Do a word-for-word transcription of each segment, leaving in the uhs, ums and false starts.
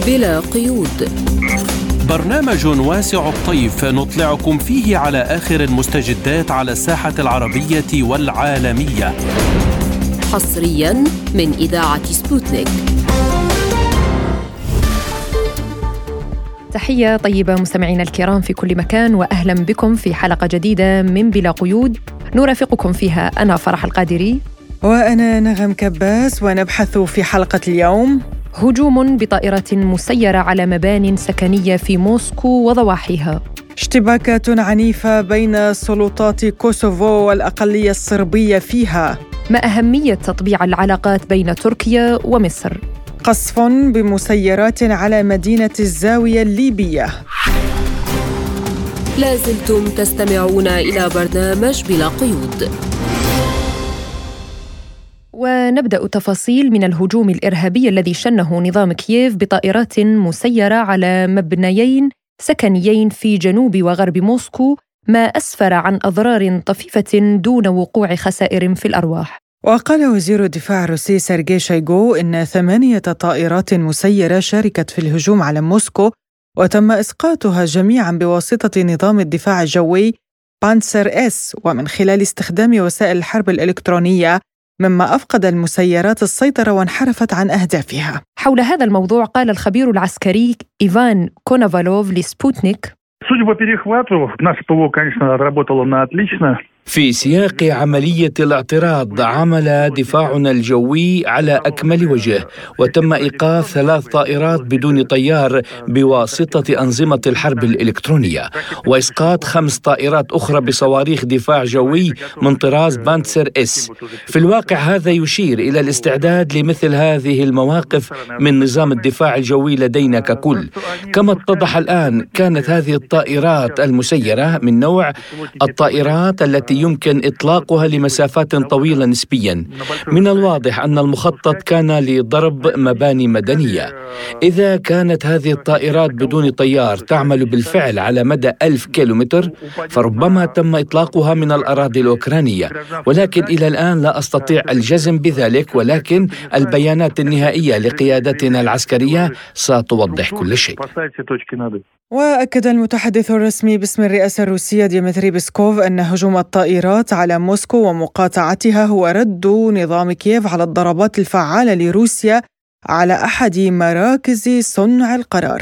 بلا قيود، برنامج واسع الطيف نطلعكم فيه على آخر المستجدات على الساحة العربية والعالمية، حصرياً من إذاعة سبوتنيك. تحية طيبة مستمعينا الكرام في كل مكان، وأهلا بكم في حلقة جديدة من بلا قيود نرافقكم فيها أنا فرح القادري وأنا نغم كباس، ونبحث في حلقة اليوم هجوم بطائرة مسيرة على مبان سكنية في موسكو وضواحيها، اشتباكات عنيفة بين سلطات كوسوفو والأقلية الصربية فيها، ما أهمية تطبيع العلاقات بين تركيا ومصر، قصف بمسيرات على مدينة الزاوية الليبية. لازلتم تستمعون إلى برنامج بلا قيود. ونبدأ تفاصيل من الهجوم الإرهابي الذي شنه نظام كييف بطائرات مسيرة على مبنيين سكنيين في جنوب وغرب موسكو، ما أسفر عن أضرار طفيفة دون وقوع خسائر في الأرواح. وقال وزير الدفاع الروسي سيرجي شويغو إن ثمانية طائرات مسيرة شاركت في الهجوم على موسكو، وتم إسقاطها جميعاً بواسطة نظام الدفاع الجوي بانسر إس، ومن خلال استخدام وسائل الحرب الإلكترونية، مما أفقد المسيرات السيطرة وانحرفت عن أهدافها. حول هذا الموضوع قال الخبير العسكري إيفان كونوفالوف لسبوتنيك: في سياق عملية الاعتراض عمل دفاعنا الجوي على أكمل وجه، وتم إيقاف ثلاث طائرات بدون طيار بواسطة أنظمة الحرب الإلكترونية، وإسقاط خمس طائرات أخرى بصواريخ دفاع جوي من طراز بانتسر إس. في الواقع هذا يشير إلى الاستعداد لمثل هذه المواقف من نظام الدفاع الجوي لدينا ككل. كما اتضح الآن، كانت هذه الطائرات المسيرة من نوع الطائرات التي يمكن إطلاقها لمسافات طويلة نسبيا. من الواضح أن المخطط كان لضرب مباني مدنية. إذا كانت هذه الطائرات بدون طيار تعمل بالفعل على مدى ألف كيلومتر، فربما تم إطلاقها من الأراضي الأوكرانية، ولكن إلى الآن لا أستطيع الجزم بذلك، ولكن البيانات النهائية لقيادتنا العسكرية ستوضح كل شيء. وأكد المتحدث الرسمي باسم الرئاسة الروسية ديمتري بيسكوف أن هجوم الطائرات على موسكو ومقاطعتها هو رد نظام كييف على الضربات الفعالة لروسيا على أحد مراكز صنع القرار.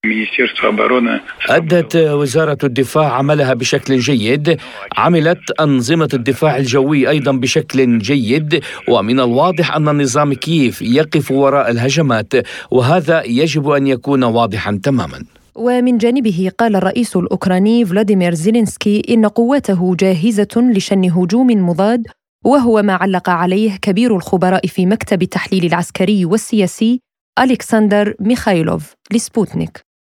أدت وزارة الدفاع عملها بشكل جيد، عملت أنظمة الدفاع الجوي أيضا بشكل جيد، ومن الواضح أن نظام كييف يقف وراء الهجمات، وهذا يجب أن يكون واضحا تماما. ومن جانبه قال الرئيس الأوكراني فلاديمير زيلينسكي إن قواته جاهزة لشن هجوم مضاد، وهو ما علق عليه كبير الخبراء في مكتب التحليل العسكري والسياسي ألكسندر ميخايلوف لسبوتنيك.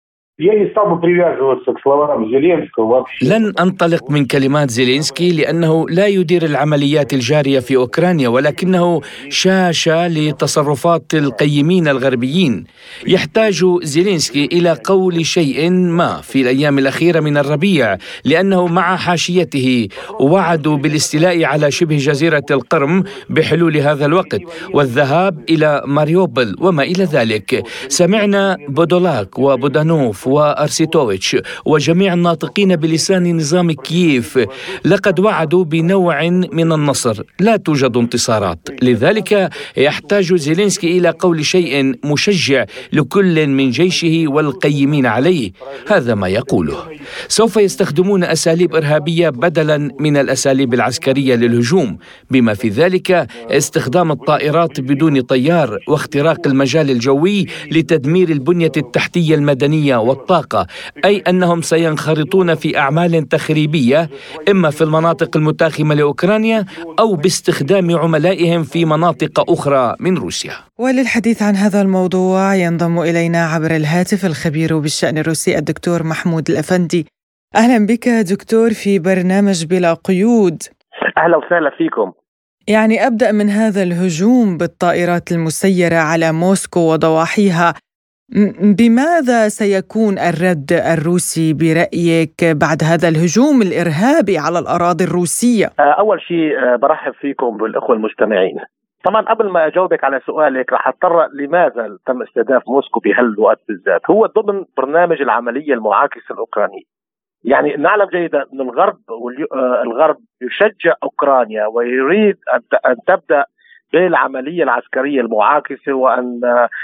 لن أنطلق من كلمات زيلينسكي لأنه لا يدير العمليات الجارية في أوكرانيا، ولكنه شاشة لتصرفات القيمين الغربيين. يحتاج زيلينسكي إلى قول شيء ما في الأيام الأخيرة من الربيع، لأنه مع حاشيته وعدوا بالاستيلاء على شبه جزيرة القرم بحلول هذا الوقت والذهاب إلى ماريوبل وما إلى ذلك. سمعنا بودولاك وبودانوف وأرسيتوفيتش وجميع الناطقين بلسان نظام كييف لقد وعدوا بنوع من النصر. لا توجد انتصارات، لذلك يحتاج زيلينسكي إلى قول شيء مشجع لكل من جيشه والقيمين عليه. هذا ما يقوله. سوف يستخدمون أساليب إرهابية بدلا من الأساليب العسكرية للهجوم، بما في ذلك استخدام الطائرات بدون طيار واختراق المجال الجوي لتدمير البنية التحتية المدنية والطاقة، أي أنهم سينخرطون في أعمال تخريبية إما في المناطق المتاخمة لأوكرانيا أو باستخدام عملائهم في مناطق أخرى من روسيا. وللحديث عن هذا الموضوع ينضم إلينا عبر الهاتف الخبير بالشأن الروسي الدكتور محمود الأفندي. أهلا بك دكتور في برنامج بلا قيود. أهلا وسهلا فيكم. يعني أبدأ من هذا الهجوم بالطائرات المسيرة على موسكو وضواحيها، بماذا سيكون الرد الروسي برأيك بعد هذا الهجوم الإرهابي على الأراضي الروسية؟ أول شيء برحب فيكم بالأخوة المستمعين. طبعا قبل ما أجاوبك على سؤالك راح أضطر لماذا تم استهداف موسكو بهالوقت بالذات. هو ضمن برنامج العملية المعاكسة الأوكرانية. يعني نعلم جيدا أن الغرب الغرب يشجع أوكرانيا ويريد أن تبدأ بالعملية العسكرية المعاكسة وأن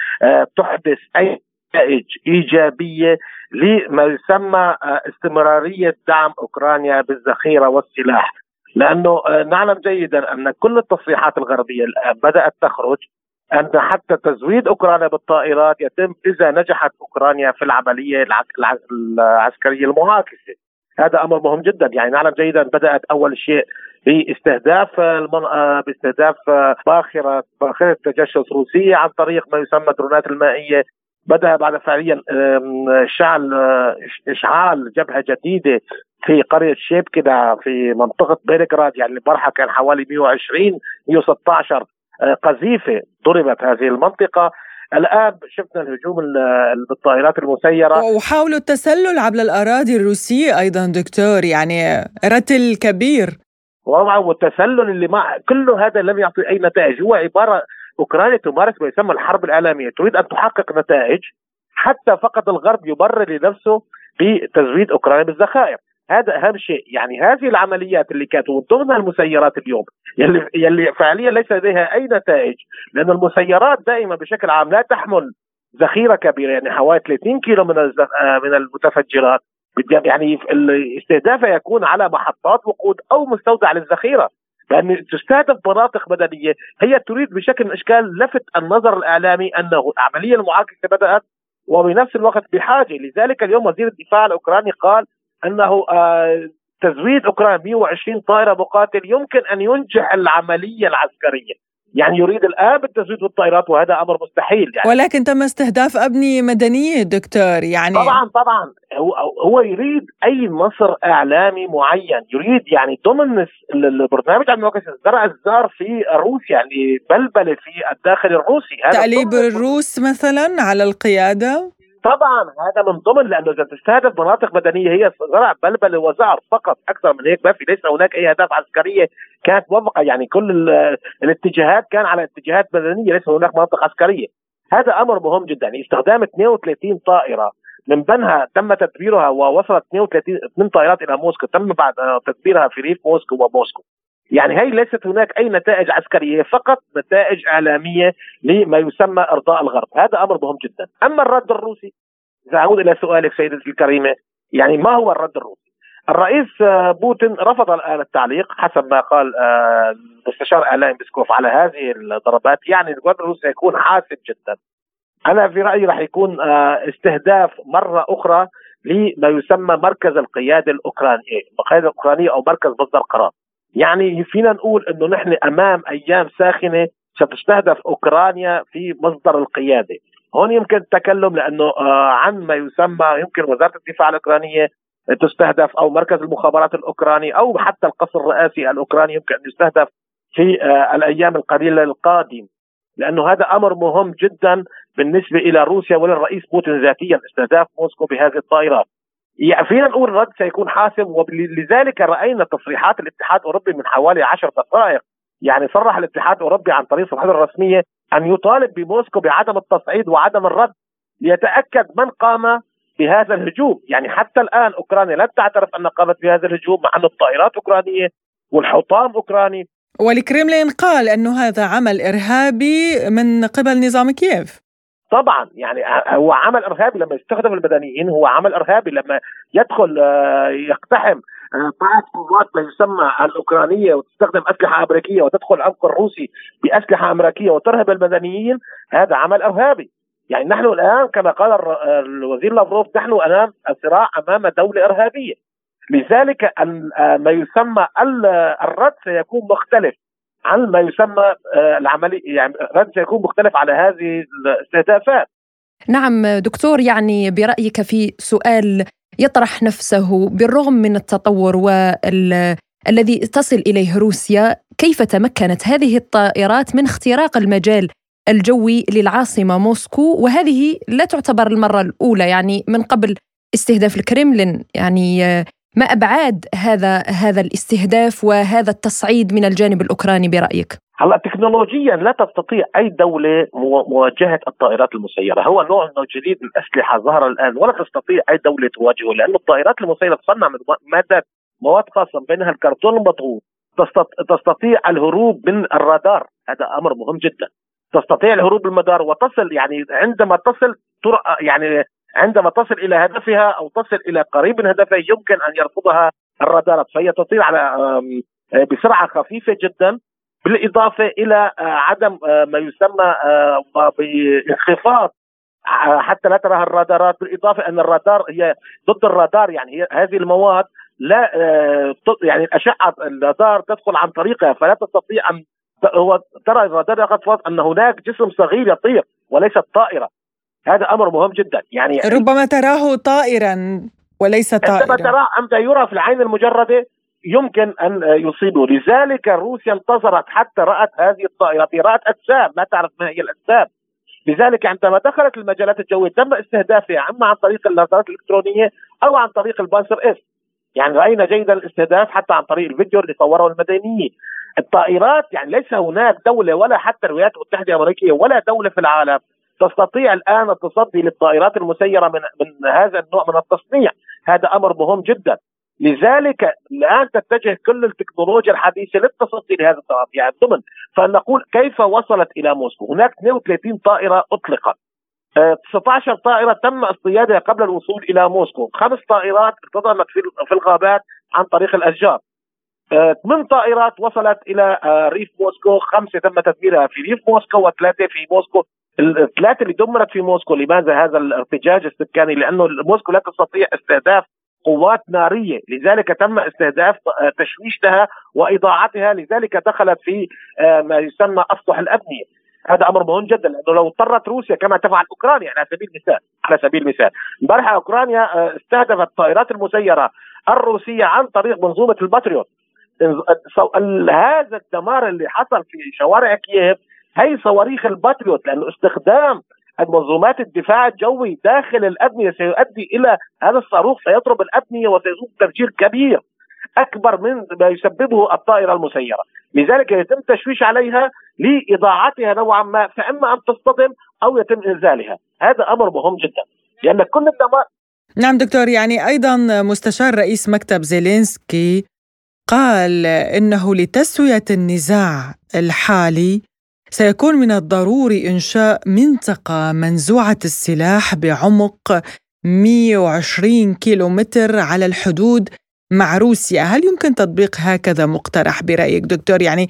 تحدث أي نتائج إيجابية لما يسمى استمرارية دعم أوكرانيا بالذخيرة والسلاح. لأنه نعلم جيدا أن كل التصريحات الغربية الآن بدأت تخرج أن حتى تزويد أوكرانيا بالطائرات يتم إذا نجحت أوكرانيا في العملية العسكرية المعاكسة. هذا أمر مهم جدا. يعني نعلم جيدا بدأت أول شيء باستهداف المنطقة باستهداف باخرة باخرة تجسس روسية عن طريق ما يسمى الدرونات المائية. بدأ بعد فعليا شعل إشعال جبهة جديدة في قرية شيبكينا في منطقة بيلغراد، يعني برحة كان حوالي مئة وعشرين مئة وستة عشر قذيفة ضربت هذه المنطقة. الآن شفنا الهجوم بالطائرات المسيرة وحاولوا التسلل عبر الأراضي الروسية أيضا دكتور، يعني رتل كبير. والتسلل اللي مع كل هذا لم يعطي أي نتائج. هو عبارة أوكرانيا تمارس ما يسمى الحرب الإعلامية، تريد أن تحقق نتائج حتى فقط الغرب يبرر لنفسه بتزويد أوكرانيا بالذخائر. هذا أهم شيء. يعني هذه العمليات اللي كانت ضمن المسيرات اليوم يلي, يلي فعليا ليس لديها أي نتائج، لأن المسيرات دائما بشكل عام لا تحمل ذخيرة كبيرة، يعني حوالي ثلاثين كيلو من من المتفجرات. يعني الاستهداف يكون على محطات وقود أو مستودع للذخيرة، لأن تستهدف مناطق مدنية. هي تريد بشكل من الأشكال لفت النظر الإعلامي أنه العملية المعاكسة بدأت وبنفس الوقت بحاجة. لذلك اليوم وزير الدفاع الأوكراني قال أنه آه تزويد أوكرانيا مئة وعشرين طائرة مقاتل يمكن أن ينجح العملية العسكرية. يعني يريد الآن بالتزويد بالطائرات وهذا أمر مستحيل يعني. ولكن تم استهداف أبنية مدنية دكتور. يعني طبعا طبعا هو, هو يريد أي نصر إعلامي معين، يريد يعني ضمن البرنامج المعاكسة زرع الزار في روسيا، يعني بلبلة في الداخل الروسي. تأليب الروس مثلا على القيادة. طبعا هذا من ضمن، لانه اذا تستهدف مناطق مدنيه هي زرع بلبل وزعر فقط، اكثر من هيك ما في. ليس هناك اي اهداف عسكريه كانت موفقه، يعني كل الاتجاهات كان على اتجاهات مدنيه، ليس هناك مناطق عسكريه. هذا امر مهم جدا. يعني استخدام اثنين وثلاثين طائره من بنها تم تدبيرها ووصلت اثنين وثلاثين من طائرات الى موسكو، تم بعد تدبيرها في ريف موسكو وموسكو. يعني هي ليست هناك اي نتائج عسكريه، فقط نتائج اعلاميه لما يسمى ارضاء الغرب. هذا امر مهم جدا. اما الرد الروسي، اذا اعود الى سؤالك سيدتي الكريمه، يعني ما هو الرد الروسي؟ الرئيس بوتين رفض الان التعليق حسب ما قال المستشار اعلامي بيسكوف على هذه الضربات. يعني الرد الروسي يكون حاسم جدا. انا في رايي راح يكون استهداف مره اخرى لما يسمى مركز القياده الاوكرانيه، القياده الاوكرانيه او مركز مصدر قرار. يعني فينا نقول انه نحن امام ايام ساخنه ستستهدف اوكرانيا في مصدر القياده. هون يمكن التكلم لانه عن ما يسمى يمكن وزاره الدفاع الاوكرانيه تستهدف او مركز المخابرات الاوكراني او حتى القصر الرئاسي الاوكراني يمكن ان يستهدف في الايام القليله القادمه، لانه هذا امر مهم جدا بالنسبه الى روسيا وللرئيس بوتين ذاتيا استهداف موسكو بهذه الطائرات. يعني فينا نقول الرد سيكون حاسم، ولذلك راينا تصريحات الاتحاد الاوروبي من حوالي عشر دقائق. يعني صرح الاتحاد الاوروبي عن طريق صفحته الرسميه ان يطالب بموسكو بعدم التصعيد وعدم الرد ليتاكد من قام بهذا الهجوم. يعني حتى الان اوكرانيا لم تعترف ان قامت بهذا الهجوم مع ان الطائرات اوكرانيه والحطام اوكراني. والكريملين قال انه هذا عمل ارهابي من قبل نظام كييف. طبعا يعني هو عمل ارهابي لما يستخدم المدنيين، هو عمل ارهابي لما يدخل يقتحم بعض قوات ما يسمى الاوكرانيه وتستخدم اسلحه امريكيه وتدخل عمق الروسي باسلحه امريكيه وترهب المدنيين. هذا عمل ارهابي. يعني نحن الان كما قال الوزير لافروف نحن امام صراع امام دوله ارهابيه. لذلك ما يسمى الرد سيكون مختلف عن ما يسمى العملي، يعني الرد سيكون مختلف على هذه الاستهدافات. نعم دكتور، يعني برأيك في سؤال يطرح نفسه بالرغم من التطور والذي تصل إليه روسيا، كيف تمكنت هذه الطائرات من اختراق المجال الجوي للعاصمة موسكو؟ وهذه لا تعتبر المرة الأولى، يعني من قبل استهداف الكريملين. يعني ما أبعاد هذا هذا الاستهداف وهذا التصعيد من الجانب الأوكراني برأيك؟ هلا تكنولوجيا لا تستطيع أي دولة مواجهة الطائرات المسيرة. هو نوع جديد من الأسلحة ظهر الآن ولا تستطيع أي دولة تواجهه، لأن الطائرات المسيرة تصنع من مادة مواد خاصة بينها الكرتون المضغوط، تستطيع الهروب من الرادار. هذا أمر مهم جدا. تستطيع الهروب بالمدار وتصل، يعني عندما تصل يعني عندما تصل إلى هدفها أو تصل إلى قريب من هدفها يمكن أن يرفضها الرادارات، فهي تطير على بسرعة خفيفة جدا، بالإضافة إلى عدم ما يسمى بانخفاض حتى لا تراها الرادارات، بالإضافة أن الرادار هي ضد الرادار، يعني هي هذه المواد لا يعني الأشعة الرادار تدخل عن طريقها، فلا تستطيع أن هو ترى الرادار يقصد أن هناك جسم صغير يطير وليست طائرة. هذا أمر مهم جدا. يعني ربما تراه طائرا وليس طائرا، عندما تراه عندما يرى في العين المجردة يمكن أن يصيبه. لذلك روسيا انتظرت حتى رأت هذه الطائرة، رأت أجسام ما تعرف ما هي الأجسام. لذلك عندما دخلت المجالات الجوية تم استهدافها اما عن طريق اللاسلات الالكترونيه او عن طريق البانسر اس. يعني راينا جيدا الاستهداف حتى عن طريق الفيديو اللي صوره المدنيين. الطائرات يعني ليس هناك دوله ولا حتى الولايات المتحده الامريكيه ولا دوله في العالم تستطيع الان التصدي للطائرات المسيره من من هذا النوع من التصنيع. هذا امر مهم جدا. لذلك الان تتجه كل التكنولوجيا الحديثه للتصدي لهذا الطائرات. يعني ضمن فنقول كيف وصلت الى موسكو. هناك اثنين وثلاثين طائره اطلقت، تسعة عشر طائره تم اصطيادها قبل الوصول الى موسكو، خمس طائرات ارتطمت في الغابات عن طريق الاشجار، ثمان طائرات وصلت الى ريف موسكو، خمسه تم تدميرها في ريف موسكو وثلاثه في موسكو. الثلاثه اللي دمرت في موسكو، لماذا هذا الارتجاج السكاني؟ لانه موسكو لا تستطيع استهداف قوات ناريه، لذلك تم استهداف تشويش لها واضاعتها، لذلك دخلت في ما يسمى اسطح الابنيه. هذا امر مهم جدا، لانه لو اضطرت روسيا كما تفعل اوكرانيا على سبيل المثال على سبيل المثال امبارح اوكرانيا استهدفت الطائرات المسيره الروسيه عن طريق منظومه الباتريوت. هذا الدمار اللي حصل في شوارع كييف هي صواريخ الباتريوت، لانه استخدام المنظومات الدفاع الجوي داخل الأبنية سيؤدي إلى هذا الصاروخ سيضرب الأبنية وسيصيب تفجير كبير أكبر من ما يسببه الطائرة المسيرة. لذلك يتم تشويش عليها لإضاعتها نوعا ما، فإما أن تصطدم أو يتم إنزالها. هذا أمر مهم جدا لأن كل الدمار. نعم دكتور، يعني أيضا مستشار رئيس مكتب زيلينسكي قال إنه لتسوية النزاع الحالي سيكون من الضروري إنشاء منطقة منزوعة السلاح بعمق مئة وعشرين كيلومتر على الحدود مع روسيا. هل يمكن تطبيق هكذا مقترح برأيك دكتور؟ يعني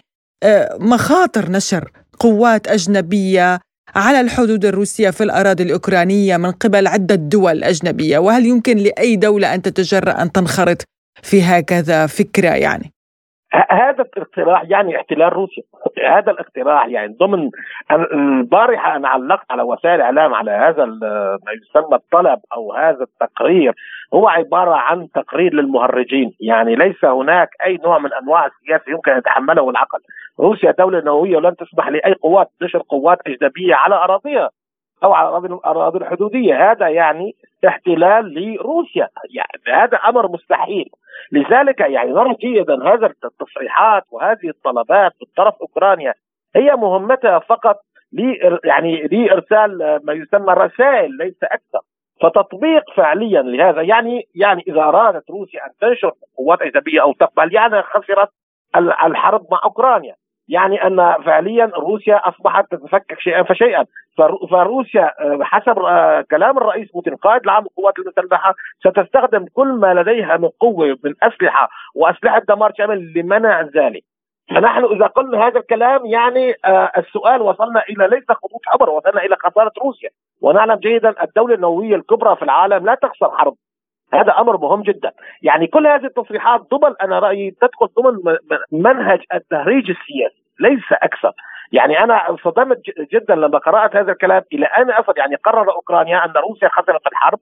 مخاطر نشر قوات أجنبية على الحدود الروسية في الأراضي الأوكرانية من قبل عدة دول أجنبية، وهل يمكن لأي دولة أن تتجرأ أن تنخرط في هكذا فكرة؟ يعني هذا الاقتراح يعني احتلال روسيا. هذا الاقتراح يعني ضمن البارحة أنا علقت على وسائل الإعلام على هذا ما يسمى الطلب أو هذا التقرير. هو عبارة عن تقرير للمهرجين، يعني ليس هناك أي نوع من أنواع السياسة يمكن أن يتحمله العقل. روسيا دولة نووية ولن تسمح لأي قوات نشر قوات أجنبية على أراضيها أو على الأراضي الحدودية. هذا يعني احتلال لروسيا، يعني هذا أمر مستحيل. لذلك يعني نرى جيدا هذا التصريحات وهذه الطلبات من طرف أوكرانيا هي مهمتها فقط لي يعني لإرسال ما يسمى رسائل ليس أكثر. فتطبيق فعليا لهذا يعني يعني إذا أرادت روسيا أن تنشر قوات أجنبية أو تقبل يعني خسرت الحرب مع أوكرانيا. يعني أن فعليا روسيا أصبحت تتفكك شيئا فشيئا. فروسيا حسب كلام الرئيس بوتين قائد العام للقوات المسلحة ستستخدم كل ما لديها من قوة من أسلحة وأسلحة دمار شامل لمنع ذلك. فنحن إذا قلنا هذا الكلام يعني السؤال وصلنا إلى ليس خطوط حمر، وصلنا إلى خسارة روسيا. ونعلم جيدا الدولة النووية الكبرى في العالم لا تخسر حرب. هذا أمر مهم جدا. يعني كل هذه التصريحات ضمن أنا رأيي تدخل ضمن منهج التهريج السياسي ليس أكثر. يعني أنا صدمت جدا لما قرأت هذا الكلام. إلى أن أصل يعني قرر أوكرانيا أن روسيا خسرت الحرب،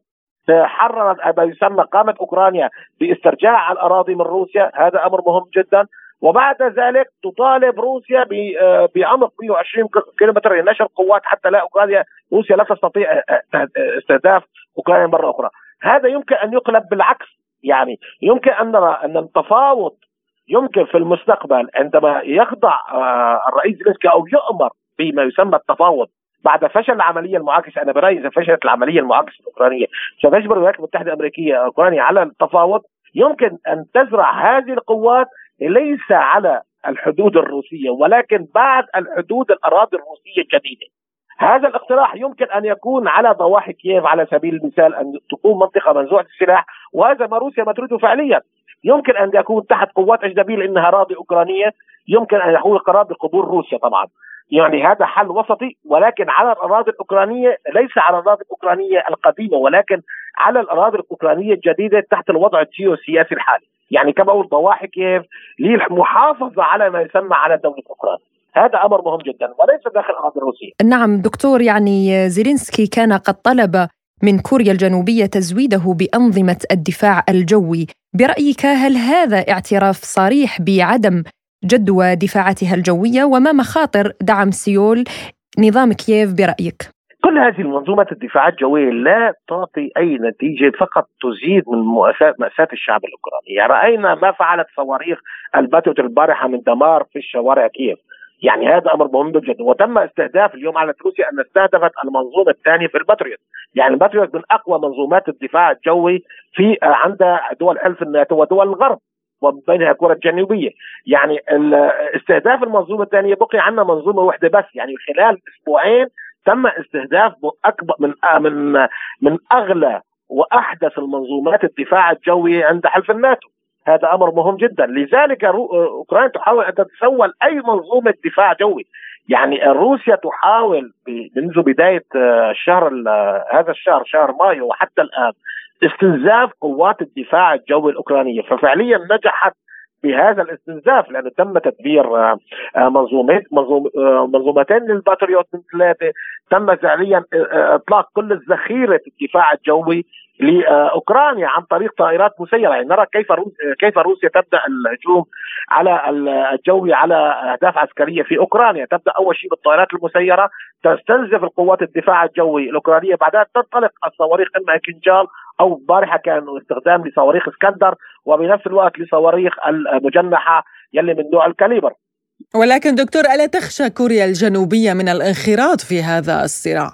حررت ما يسمى قامت أوكرانيا باسترجاع الأراضي من روسيا. هذا أمر مهم جدا. وبعد ذلك تطالب روسيا بعمق مئة وعشرين كيلومتر لنشر قوات حتى لا أوكرانيا روسيا لا تستطيع استهداف أوكرانيا مرة أخرى. هذا يمكن أن يقلب بالعكس. يعني يمكن أن نرى أن التفاوض يمكن في المستقبل عندما يخضع الرئيس زيلينسكي أو يؤمر بما يسمى التفاوض بعد فشل العملية المعاكسة. أنا برأيي إذا فشلت العملية المعاكسة الأوكرانية ستجبر الولايات المتحدة الأمريكية أوكرانيا على التفاوض. يمكن أن تزرع هذه القوات ليس على الحدود الروسية ولكن بعد الحدود الأراضي الروسية الجديدة. هذا الاقتراح يمكن أن يكون على ضواحي كييف على سبيل المثال، أن تكون منطقة منزوعة السلاح، وهذا ما روسيا ما تريده فعليا. يمكن أن يكون تحت قوات أجنبية لأنها أراضي أوكرانية، يمكن أن يكون قرار بقبول روسيا طبعا، يعني هذا حل وسطي، ولكن على الأراضي الأوكرانية، ليس على الأراضي الأوكرانية القديمة ولكن على الأراضي الأوكرانية الجديدة تحت الوضع الجيوسياسي الحالي. يعني كما أقول ضواحي كييف للمحافظة على ما يسمى على دولة أوكرانيا. هذا أمر مهم جدا وليس داخل الأراضي الروسية. نعم دكتور، يعني زيلينسكي كان قد طلب من كوريا الجنوبية تزويده بأنظمة الدفاع الجوي. برأيك هل هذا اعتراف صريح بعدم جدوى دفاعاتها الجوية، وما مخاطر دعم سيول نظام كييف برأيك؟ كل هذه المنظومة الدفاع الجوية لا تعطي أي نتيجة، فقط تزيد من مأساة الشعب الأوكراني. يعني رأينا ما فعلت صواريخ الباتريوت البارحة من دمار في شوارع كييف. يعني هذا أمر مهم جدا. وتم استهداف اليوم على روسيا أن استهدفت المنظومة الثانية في الباتريوت. يعني الباتريوت من أقوى منظومات الدفاع الجوي في عند دول حلف الناتو ودول الغرب وبينها كوريا الجنوبية. يعني استهداف المنظومة الثانية بقي عنا منظومة واحدة بس. يعني خلال أسبوعين تم استهداف أكبر من من من أغلى وأحدث المنظومات الدفاع الجوي عند حلف الناتو. هذا أمر مهم جدا. لذلك أوكرانيا تحاول أن تتسول أي منظومة دفاع جوي. يعني روسيا تحاول منذ بداية الشهر هذا الشهر شهر مايو وحتى الآن استنزاف قوات الدفاع الجوي الأوكرانية، ففعليا نجحت بهذا الاستنزاف لأنه تم تدبير منظومات منظومتين للباتريوت من ثلاثة. تم فعليا إطلاق كل ذخيرة الدفاع الجوي لأوكرانيا عن طريق طائرات مسيرة. يعني نرى كيف كيف روسيا تبدأ الهجوم على الجوي على أهداف عسكرية في أوكرانيا. تبدأ أول شيء بالطائرات المسيرة، تستنزف القوات الدفاع الجوي الأوكرانية، بعدها تنطلق الصواريخ إما كنجال أو بارحة كان استخدام لصواريخ اسكندر، وبنفس الوقت لصواريخ المجنحة يلي من نوع الكاليبر. ولكن دكتور، ألا تخشى كوريا الجنوبية من الانخراط في هذا الصراع؟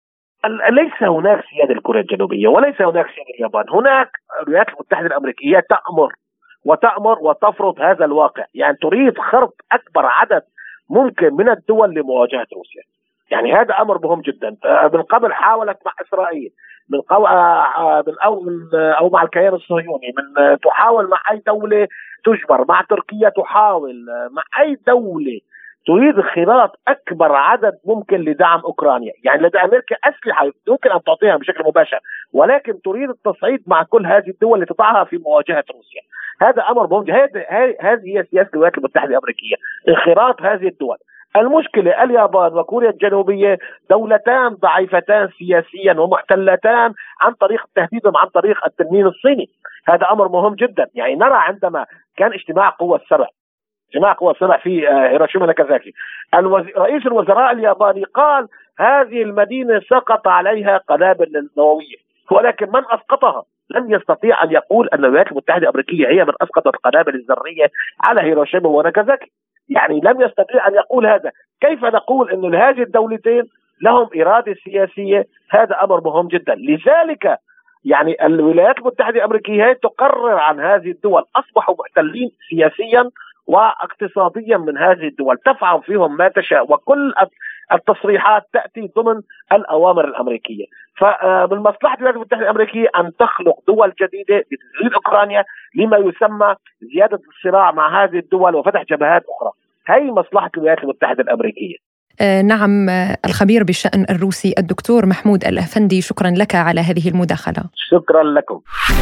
ليس هناك سيادة لكوريا الجنوبية وليس هناك سيادة اليابان. هناك الولايات المتحدة الأمريكية تأمر وتأمر وتفرض هذا الواقع. يعني تريد خرق أكبر عدد ممكن من الدول لمواجهة روسيا. يعني هذا أمر مهم جدا. من قبل حاولت مع إسرائيل، من قو... من أو من أو مع الكيان الصهيوني، من تحاول مع أي دولة تجبر، مع تركيا تحاول، مع أي دولة تريد خراط أكبر عدد ممكن لدعم أوكرانيا. يعني لدى أمريكا أسلحة يمكن أن تعطيها بشكل مباشر، ولكن تريد التصعيد مع كل هذه الدول لتضعها في مواجهة روسيا. هذا أمر مهم. هذه هي سياسة الولايات المتحدة الأمريكية، انخراط هذه الدول. المشكلة اليابان وكوريا الجنوبية دولتان ضعيفتان سياسيا ومحتلتان عن طريق تهديدهم عن طريق التنين الصيني. هذا أمر مهم جدا. يعني نرى عندما كان اجتماع قوى السبع اجتماع قوى السبع في هيروشيما وناكازاكي، رئيس الوزراء الياباني قال هذه المدينة سقط عليها قنابل نووية، ولكن من أسقطها؟ لن يستطيع أن يقول أن الولايات المتحدة الأمريكية هي من أسقطت القنابل الذرية على هيروشيما وناكازاكي. يعني لم يستطيع أن يقول هذا. كيف نقول أن هذه الدولتين لهم إرادة سياسية؟ هذا أمر مهم جدا. لذلك يعني الولايات المتحدة الأمريكية تقرر عن هذه الدول، أصبحوا محتلين سياسيا واقتصاديا من هذه الدول، تفعل فيهم ما تشاء، وكل التصريحات تأتي ضمن الأوامر الأمريكية. فمن مصلحة الولايات المتحدة الأمريكية أن تخلق دول جديدة لتزويد أوكرانيا لما يسمى زيادة الصراع مع هذه الدول وفتح جبهات أخرى. هي مصلحة الولايات المتحدة الأمريكية. آه نعم. الخبير بالشأن الروسي الدكتور محمود الأفندي، شكرا لك على هذه المداخلة. شكرا لكم.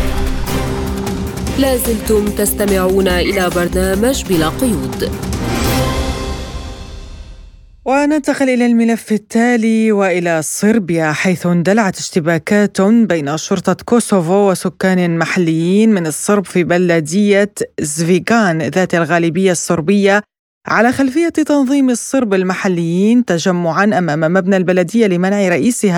لازلتم تستمعون إلى برنامج بلا قيود. وننتقل إلى الملف التالي وإلى صربيا، حيث اندلعت اشتباكات بين شرطة كوسوفو وسكان محليين من الصرب في بلدية زفيغان ذات الغالبية الصربية على خلفية تنظيم الصرب المحليين تجمعا أمام مبنى البلدية لمنع رئيسها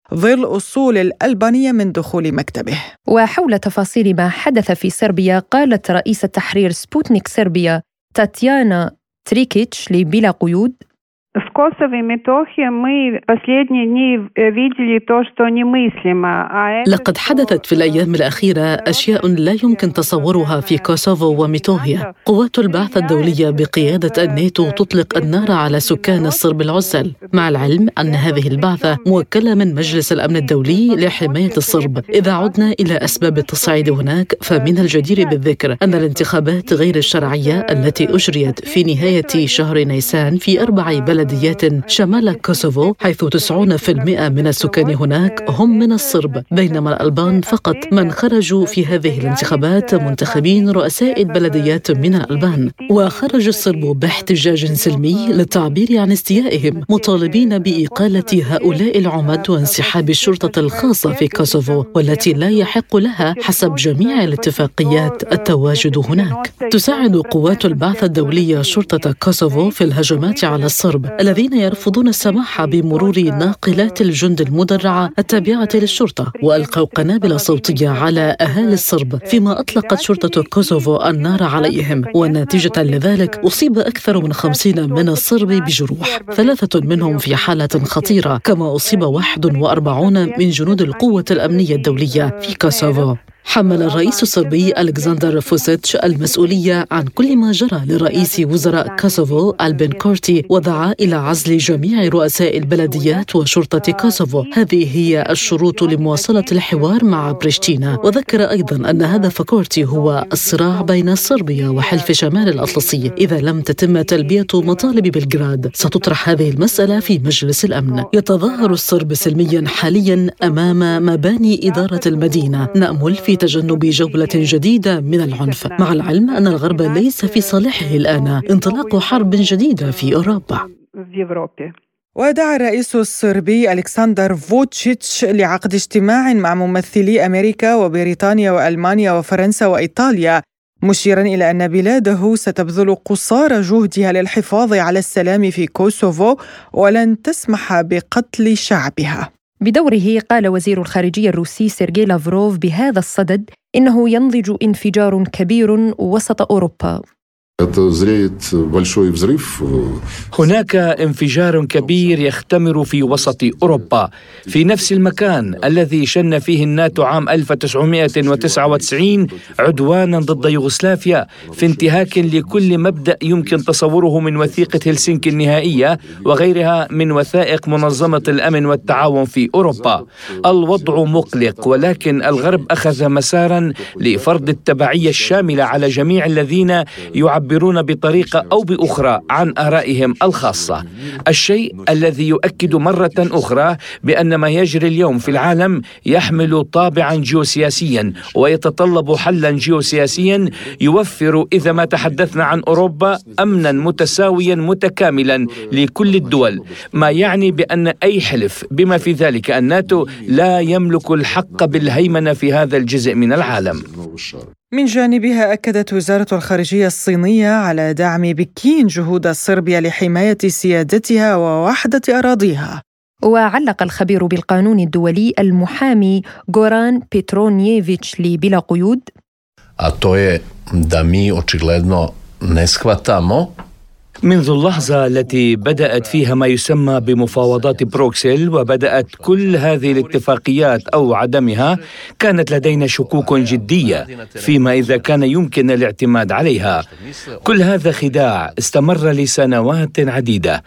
ظل أصول الألبانية من دخول مكتبه. وحول تفاصيل ما حدث في صربيا قالت رئيسة تحرير سبوتنيك صربيا تاتيانا تريكيتش لبلا قيود: В Косово и Метохе мы последние дни видели то, что немыслимо. لقد حدثت في الأيام الأخيرة أشياء لا يمكن تصورها في كوسوفو وميتوهيا. قوات البعث الدولية بقيادة الناتو تطلق النار على سكان الصرب العزل، مع العلم أن هذه البعثة موكلة من مجلس الأمن الدولي لحماية الصرب. إذا عدنا إلى أسباب التصعيد هناك، فمن الجدير بالذكر أن الانتخابات غير الشرعية التي أجريت في نهاية شهر نيسان في أربع بلديات شمال كوسوفو، حيث تسعون بالمئة من السكان هناك هم من الصرب، بينما الألبان فقط من خرجوا في هذه الانتخابات منتخبين رؤساء البلديات من الألبان. وخرج الصرب باحتجاج سلمي للتعبير عن استيائهم، مطالبين بإقالة هؤلاء العمد وانسحاب الشرطة الخاصة في كوسوفو، والتي لا يحق لها حسب جميع الاتفاقيات التواجد هناك. تساعد قوات البعث الدولية شرطة كوسوفو في الهجمات على الصرب الذين يرفضون السماح بمرور ناقلات الجند المدرعة التابعة للشرطة، وألقوا قنابل صوتية على أهالي الصرب، فيما أطلقت شرطة كوسوفو النار عليهم. ونتيجة لذلك أصيب أكثر من خمسين من الصرب بجروح، ثلاثة منهم في حالة خطيرة، كما أصيب واحد وأربعون من جنود القوة الأمنية الدولية في كوسوفو. حمل الرئيس الصربي ألكسندر فوسيتش المسؤولية عن كل ما جرى لرئيس وزراء كوسوفو ألبين كورتي، ودعا إلى عزل جميع رؤساء البلديات وشرطة كوسوفو. هذه هي الشروط لمواصلة الحوار مع بريشتينا. وذكر أيضا أن هدف كورتي هو الصراع بين صربيا وحلف شمال الأطلسي. إذا لم تتم تلبية مطالب بلغراد، ستطرح هذه المسألة في مجلس الأمن. يتظاهر الصرب سلميا حاليا أمام مباني إدارة المدينة. نأمل في تجنب جولة جديدة من العنف، مع العلم أن الغرب ليس في صالحه الآن انطلاق حرب جديدة في أوروبا. ودعا الرئيس الصربي ألكسندر فوتشيتش لعقد اجتماع مع ممثلي أمريكا وبريطانيا وألمانيا وفرنسا وإيطاليا، مشيرا إلى أن بلاده ستبذل قصارى جهدها للحفاظ على السلام في كوسوفو ولن تسمح بقتل شعبها. بدوره قال وزير الخارجية الروسي سيرجي لافروف بهذا الصدد إنه ينضج انفجار كبير وسط أوروبا. هناك انفجار كبير يختمر في وسط أوروبا، في نفس المكان الذي شن فيه الناتو عام ألف وتسعمائة وتسعة وتسعين عدوانا ضد يوغوسلافيا، في انتهاك لكل مبدأ يمكن تصوره من وثيقة هلسنكي النهائية وغيرها من وثائق منظمة الأمن والتعاون في أوروبا. الوضع مقلق، ولكن الغرب أخذ مسارا لفرض التبعية الشاملة على جميع الذين يعبرون يعبرون بطريقة أو بأخرى عن آرائهم الخاصة، الشيء الذي يؤكد مرة أخرى بأن ما يجري اليوم في العالم يحمل طابعا جيوسياسيا ويتطلب حلا جيوسياسيا يوفر، إذا ما تحدثنا عن أوروبا، أمنا متساويا متكاملا لكل الدول، ما يعني بأن أي حلف بما في ذلك الناتو لا يملك الحق بالهيمنة في هذا الجزء من العالم. من جانبها أكدت وزارة الخارجية الصينية على دعم بكين جهود صربيا لحماية سيادتها ووحدة أراضيها. وعلق الخبير بالقانون الدولي المحامي غوران بيترونييفيتش لبلا قيود: A to je da mi očigledno ne shvatamo منذ اللحظة التي بدأت فيها ما يسمى بمفاوضات بروكسل وبدأت كل هذه الاتفاقيات أو عدمها، كانت لدينا شكوك جدية فيما إذا كان يمكن الاعتماد عليها. كل هذا خداع استمر لسنوات عديدة،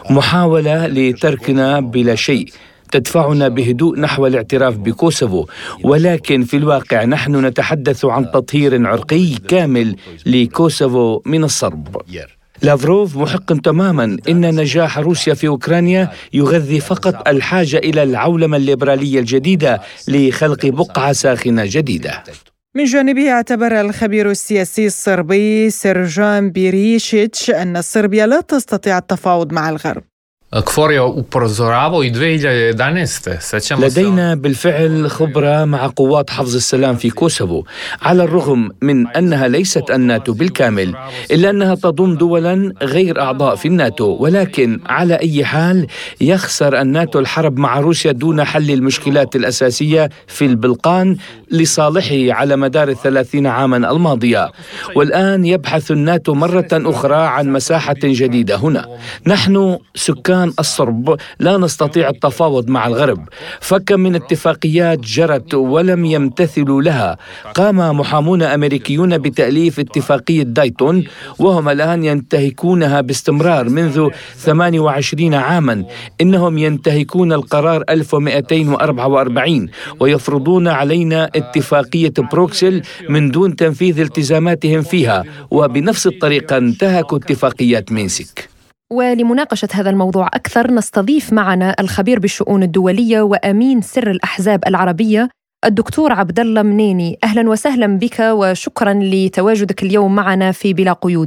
محاولة لتركنا بلا شيء تدفعنا بهدوء نحو الاعتراف بكوسوفو، ولكن في الواقع نحن نتحدث عن تطهير عرقي كامل لكوسوفو من الصرب. لافروف محق تماما إن نجاح روسيا في أوكرانيا يغذي فقط الحاجة إلى العولمة الليبرالية الجديدة لخلق بقعة ساخنة جديدة. من جانبه اعتبر الخبير السياسي الصربي سيرجان بيريشيتش أن صربيا لا تستطيع التفاوض مع الغرب. لدينا بالفعل خبرة مع قوات حفظ السلام في كوسوفو، على الرغم من أنها ليست الناتو بالكامل، إلا أنها تضم دولا غير أعضاء في الناتو. ولكن على أي حال يخسر الناتو الحرب مع روسيا دون حل المشكلات الأساسية في البلقان لصالحه على مدار الثلاثين عاما الماضية. والآن يبحث الناتو مرة أخرى عن مساحة جديدة هنا. نحن سكان الصرب لا نستطيع التفاوض مع الغرب، فكم من اتفاقيات جرت ولم يمتثلوا لها. قام محامون أمريكيون بتأليف اتفاقية دايتون وهم الآن ينتهكونها باستمرار منذ ثمانية وعشرين عاما. إنهم ينتهكون القرار ألف ومئتين وأربعة وأربعين ويفرضون علينا اتفاقية بروكسل من دون تنفيذ التزاماتهم فيها، وبنفس الطريقة انتهكوا اتفاقيات مينسك. ولمناقشة هذا الموضوع أكثر نستضيف معنا الخبير بالشؤون الدولية وأمين سر الأحزاب العربية الدكتور عبد الله منيني. أهلا وسهلا بك وشكرا لتواجدك اليوم معنا في بلا قيود.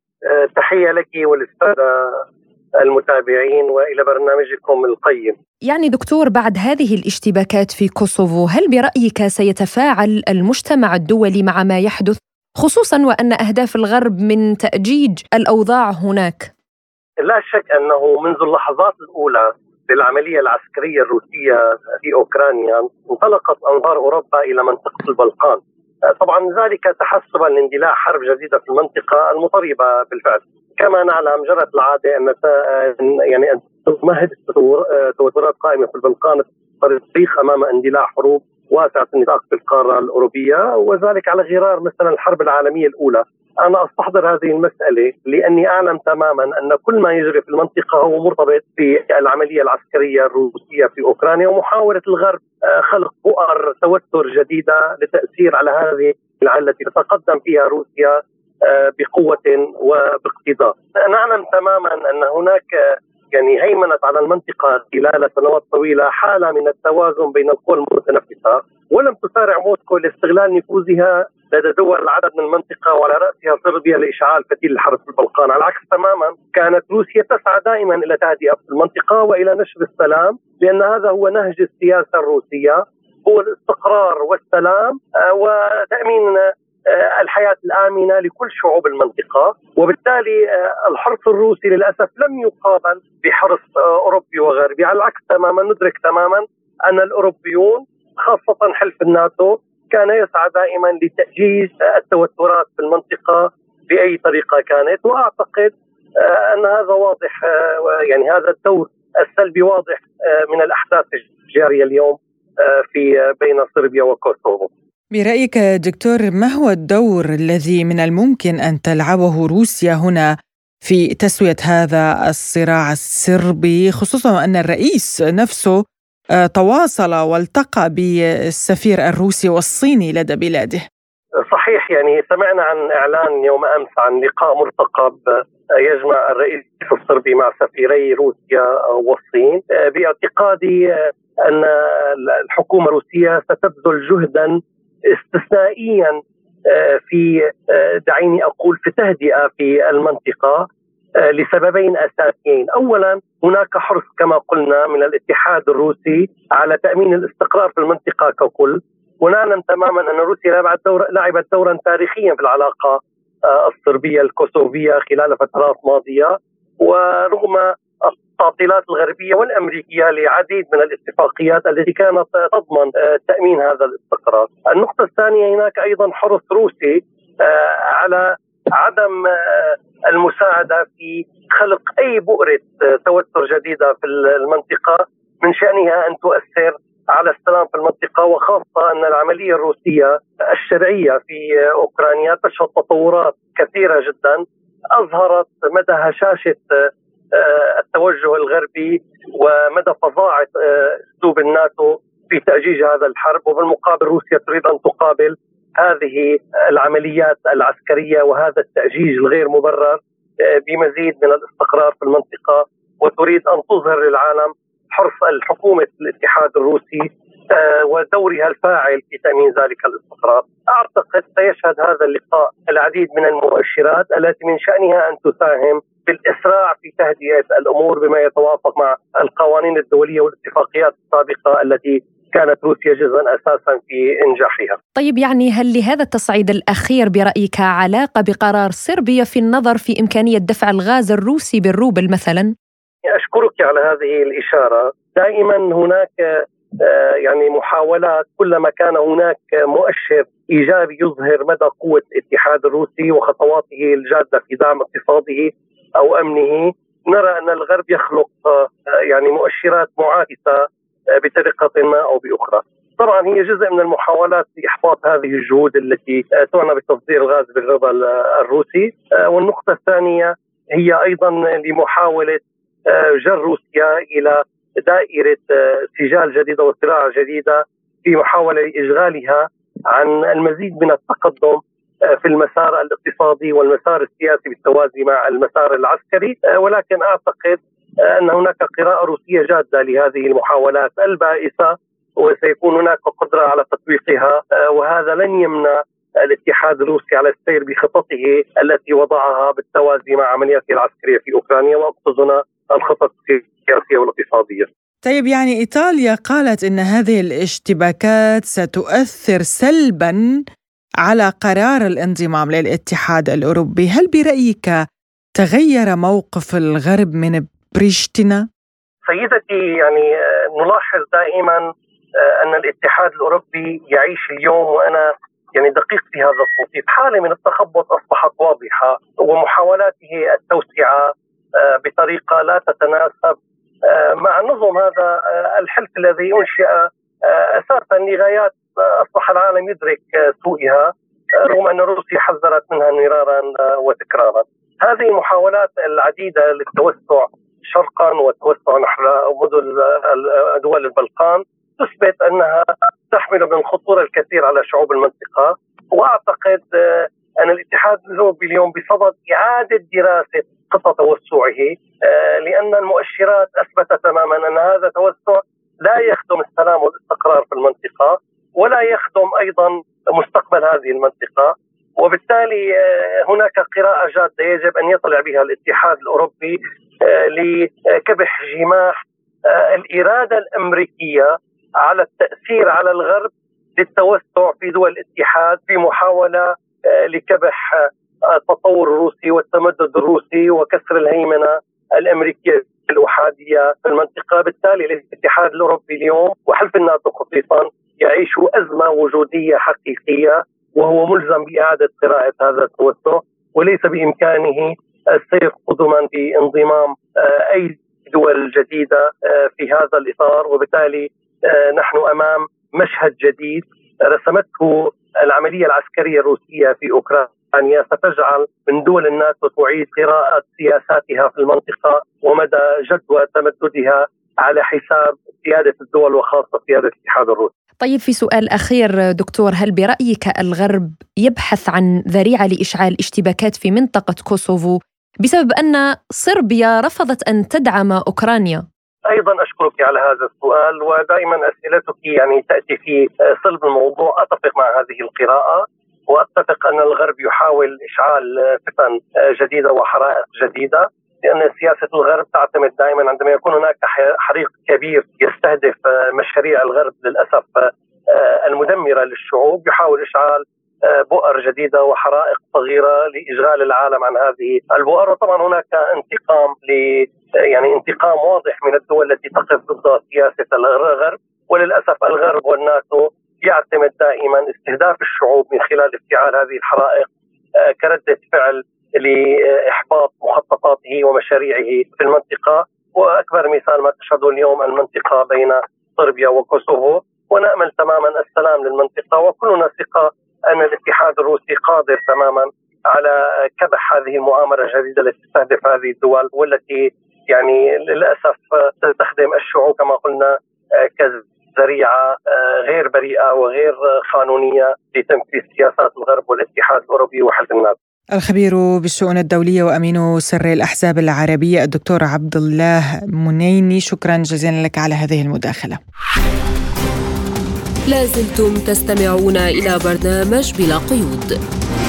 تحية لك وللسادة المتابعين وإلى برنامجكم القيم. يعني دكتور، بعد هذه الاشتباكات في كوسوفو هل برأيك سيتفاعل المجتمع الدولي مع ما يحدث، خصوصا وأن أهداف الغرب من تأجيج الأوضاع هناك؟ لا شك أنه منذ اللحظات الأولى للعملية العسكرية الروسية في أوكرانيا انطلقت أنظار أوروبا إلى منطقة البلقان، طبعا ذلك تحسبا لاندلاع حرب جديدة في المنطقة المضطربة بالفعل. كما نعلم جرت العادة أن يعني أن تمهد توترات قائمة في البلقان الطريق أمام اندلاع حروب واسعة النطاق في القارة الأوروبية، وذلك على غرار مثلا الحرب العالمية الأولى. أنا أستحضر هذه المسألة لأني أعلم تماما أن كل ما يجري في المنطقة هو مرتبط بالعملية العسكرية الروسية في أوكرانيا ومحاولة الغرب خلق بؤر توتر جديدة لتأثير على هذه العملية التي تتقدم فيها روسيا بقوة وباقتدار. نعلم تماما أن هناك يعني هيمنت على المنطقة خلال سنوات طويلة حالة من التوازن بين القوى المتنافسة، ولم تسارع موسكو لاستغلال نفوذها لدى دول العدد من المنطقة وعلى رأسها صربيا لإشعال فتيل الحرب في البلقان. على العكس تماما كانت روسيا تسعى دائما إلى تهدئة المنطقة وإلى نشر السلام، لأن هذا هو نهج السياسة الروسية، هو الاستقرار والسلام وتأمين الحياة الآمنة لكل شعوب المنطقة. وبالتالي الحرص الروسي للأسف لم يقابل بحرص أوروبي وغربي. على العكس تماما ندرك تماما أن الأوروبيون خاصة حلف الناتو كان يسعى دائما لتأجيج التوترات في المنطقة بأي طريقة كانت، وأعتقد أن هذا واضح، يعني هذا الدور السلبي واضح من الأحداث الجارية اليوم في بين صربيا وكوسوفو. برأيك دكتور، ما هو الدور الذي من الممكن أن تلعبه روسيا هنا في تسوية هذا الصراع الصربي، خصوصا أن الرئيس نفسه تواصل والتقى بالسفير الروسي والصيني لدى بلاده؟ صحيح، يعني سمعنا عن إعلان يوم أمس عن لقاء مرتقب يجمع الرئيس الصربي مع سفيري روسيا والصين. باعتقادي أن الحكومة الروسية ستبذل جهدا استثنائيا في دعيني أقول في تهدئة في المنطقة لسببين أساسيين. أولا هناك حرص كما قلنا من الاتحاد الروسي على تأمين الاستقرار في المنطقة ككل، ونعلم تماما أن روسيا لعبت دور لعبت دورا تاريخيا في العلاقة الصربية الكوسوفية خلال فترات ماضية، ورغم التعطيلات الغربية والأمريكية لعديد من الاتفاقيات التي كانت تضمن تأمين هذا الاستقرار. النقطة الثانية هناك أيضا حرص روسي على عدم المساعدة في خلق أي بؤرة توتر جديدة في المنطقة من شأنها أن تؤثر على السلام في المنطقة، وخاصة أن العملية الروسية الشرعية في أوكرانيا تشهد تطورات كثيرة جدا أظهرت مدى هشاشة التوجه الغربي ومدى فظاعة أسلوب الناتو في تأجيج هذا الحرب. وبالمقابل روسيا تريد أن تقابل هذه العمليات العسكرية وهذا التأجيج الغير مبرر بمزيد من الاستقرار في المنطقة، وتريد أن تظهر للعالم حرص الحكومة الاتحاد الروسي ودورها الفاعل في تأمين ذلك الاستقرار. أعتقد سيشهد هذا اللقاء العديد من المؤشرات التي من شأنها أن تساهم بالإسراع في تهدئة الأمور بما يتوافق مع القوانين الدولية والاتفاقيات السابقة التي كانت روسيا جزءا أساسا في إنجاحها. طيب يعني هل لهذا التصعيد الأخير برأيك علاقة بقرار صربيا في النظر في إمكانية دفع الغاز الروسي بالروبل مثلا؟ أشكرك على هذه الإشارة. دائما هناك يعني محاولات، كلما كان هناك مؤشر إيجابي يظهر مدى قوة الاتحاد الروسي وخطواته الجادة في دعم اقتصاده أو أمنه، نرى أن الغرب يخلق يعني مؤشرات معاكسة بطريقة ما أو بأخرى. طبعا هي جزء من المحاولات لإحباط هذه الجهود التي تعنى بتصدير الغاز بالروبل الروسي. والنقطة الثانية هي أيضا لمحاولة جر روسيا إلى دائرة سجال جديدة وصراع جديدة في محاولة إشغالها عن المزيد من التقدم في المسار الاقتصادي والمسار السياسي بالتوازي مع المسار العسكري. ولكن أعتقد أن هناك قراءة روسية جادة لهذه المحاولات البائسة، وسيكون هناك قدرة على تطبيقها، وهذا لن يمنع الاتحاد الروسي على السير بخططه التي وضعها بالتوازي مع عملياته العسكرية في أوكرانيا، وأقصد هنا الخطط السياسية والاقتصادية. طيب يعني إيطاليا قالت إن هذه الاشتباكات ستؤثر سلباً على قرار الانضمام للاتحاد الأوروبي. هل برأيك تغير موقف الغرب من بريشتينا؟ سيدتي، يعني نلاحظ دائما أن الاتحاد الأوروبي يعيش اليوم، وأنا يعني دقيق في هذا الصوت، حالة من التخبط أصبحت واضحة، ومحاولاته التوسعة بطريقة لا تتناسب مع نظم هذا الحلف الذي أنشئ أساسا لغايات أصبح العالم يدرك سوءها، رغم أن روسيا حذرت منها مرارا وتكرارا. هذه المحاولات العديدة للتوسع شرقا والتوسع نحو مدن دول البلقان تثبت أنها تحمل من خطورة الكثير على شعوب المنطقة. وأعتقد أن الاتحاد الأوروبي اليوم بصدد إعادة دراسة خطة توسعه، لأن المؤشرات أثبتت تماما أن هذا التوسع لا يخدم السلام والاستقرار في المنطقة، ولا يخدم أيضا مستقبل هذه المنطقة. وبالتالي هناك قراءة جادة يجب أن يطلع بها الاتحاد الأوروبي لكبح جماح الإرادة الأمريكية على التأثير على الغرب للتوسع في دول الاتحاد في محاولة لكبح التطور الروسي والتمدد الروسي وكسر الهيمنة الأمريكية الأحادية في المنطقة. بالتالي الاتحاد الأوروبي اليوم وحلف الناتو خصيصا يعيش أزمة وجودية حقيقية، وهو ملزم بإعادة قراءة هذا التوسع، وليس بإمكانه السير قدما بانضمام أي دول جديدة في هذا الإطار. وبالتالي نحن أمام مشهد جديد رسمته العملية العسكرية الروسية في أوكرانيا، ستجعل من دول الناتو تعيد قراءة سياساتها في المنطقة ومدى جدوى تمددها على حساب سيادة الدول وخاصة سيادة الاتحاد الروسي. طيب في سؤال أخير دكتور، هل برأيك الغرب يبحث عن ذريعة لإشعال اشتباكات في منطقة كوسوفو بسبب أن صربيا رفضت أن تدعم أوكرانيا؟ أيضا أشكرك على هذا السؤال، ودائما أسئلتك يعني تأتي في صلب الموضوع. أتفق مع هذه القراءة، وأتفق أن الغرب يحاول إشعال فتن جديدة وحرائق جديدة، لأن سياسة الغرب تعتمد دائما عندما يكون هناك حريق كبير يستهدف مشاريع الغرب للأسف المدمرة للشعوب، يحاول إشعال بؤر جديدة وحرائق صغيرة لإشغال العالم عن هذه البؤر. وطبعا هناك انتقام ل يعني انتقام واضح من الدول التي تقف ضد سياسة الغرب، وللأسف الغرب والناتو يعتمد دائما استهداف الشعوب من خلال افتعال هذه الحرائق كردة فعل لإحباط مخططاته ومشاريعه في المنطقة. وأكبر مثال ما تشهده اليوم المنطقة بين صربيا وكوسوفو، ونأمل تماما السلام للمنطقة، وكلنا ثقة أن الاتحاد الروسي قادر تماما على كبح هذه المؤامرة الجديدة التي تستهدف هذه الدول، والتي يعني للأسف تستخدم الشعوب كما قلنا كذريعة غير بريئة وغير قانونية لتنفيذ سياسات الغرب والاتحاد الأوروبي وحلف الناتو. الخبير بالشؤون الدولية وأمين سر الأحزاب العربية الدكتور عبد الله منيني، شكرا جزيلا لك على هذه المداخلة. لازلتم تستمعون إلى برنامج بلا قيود.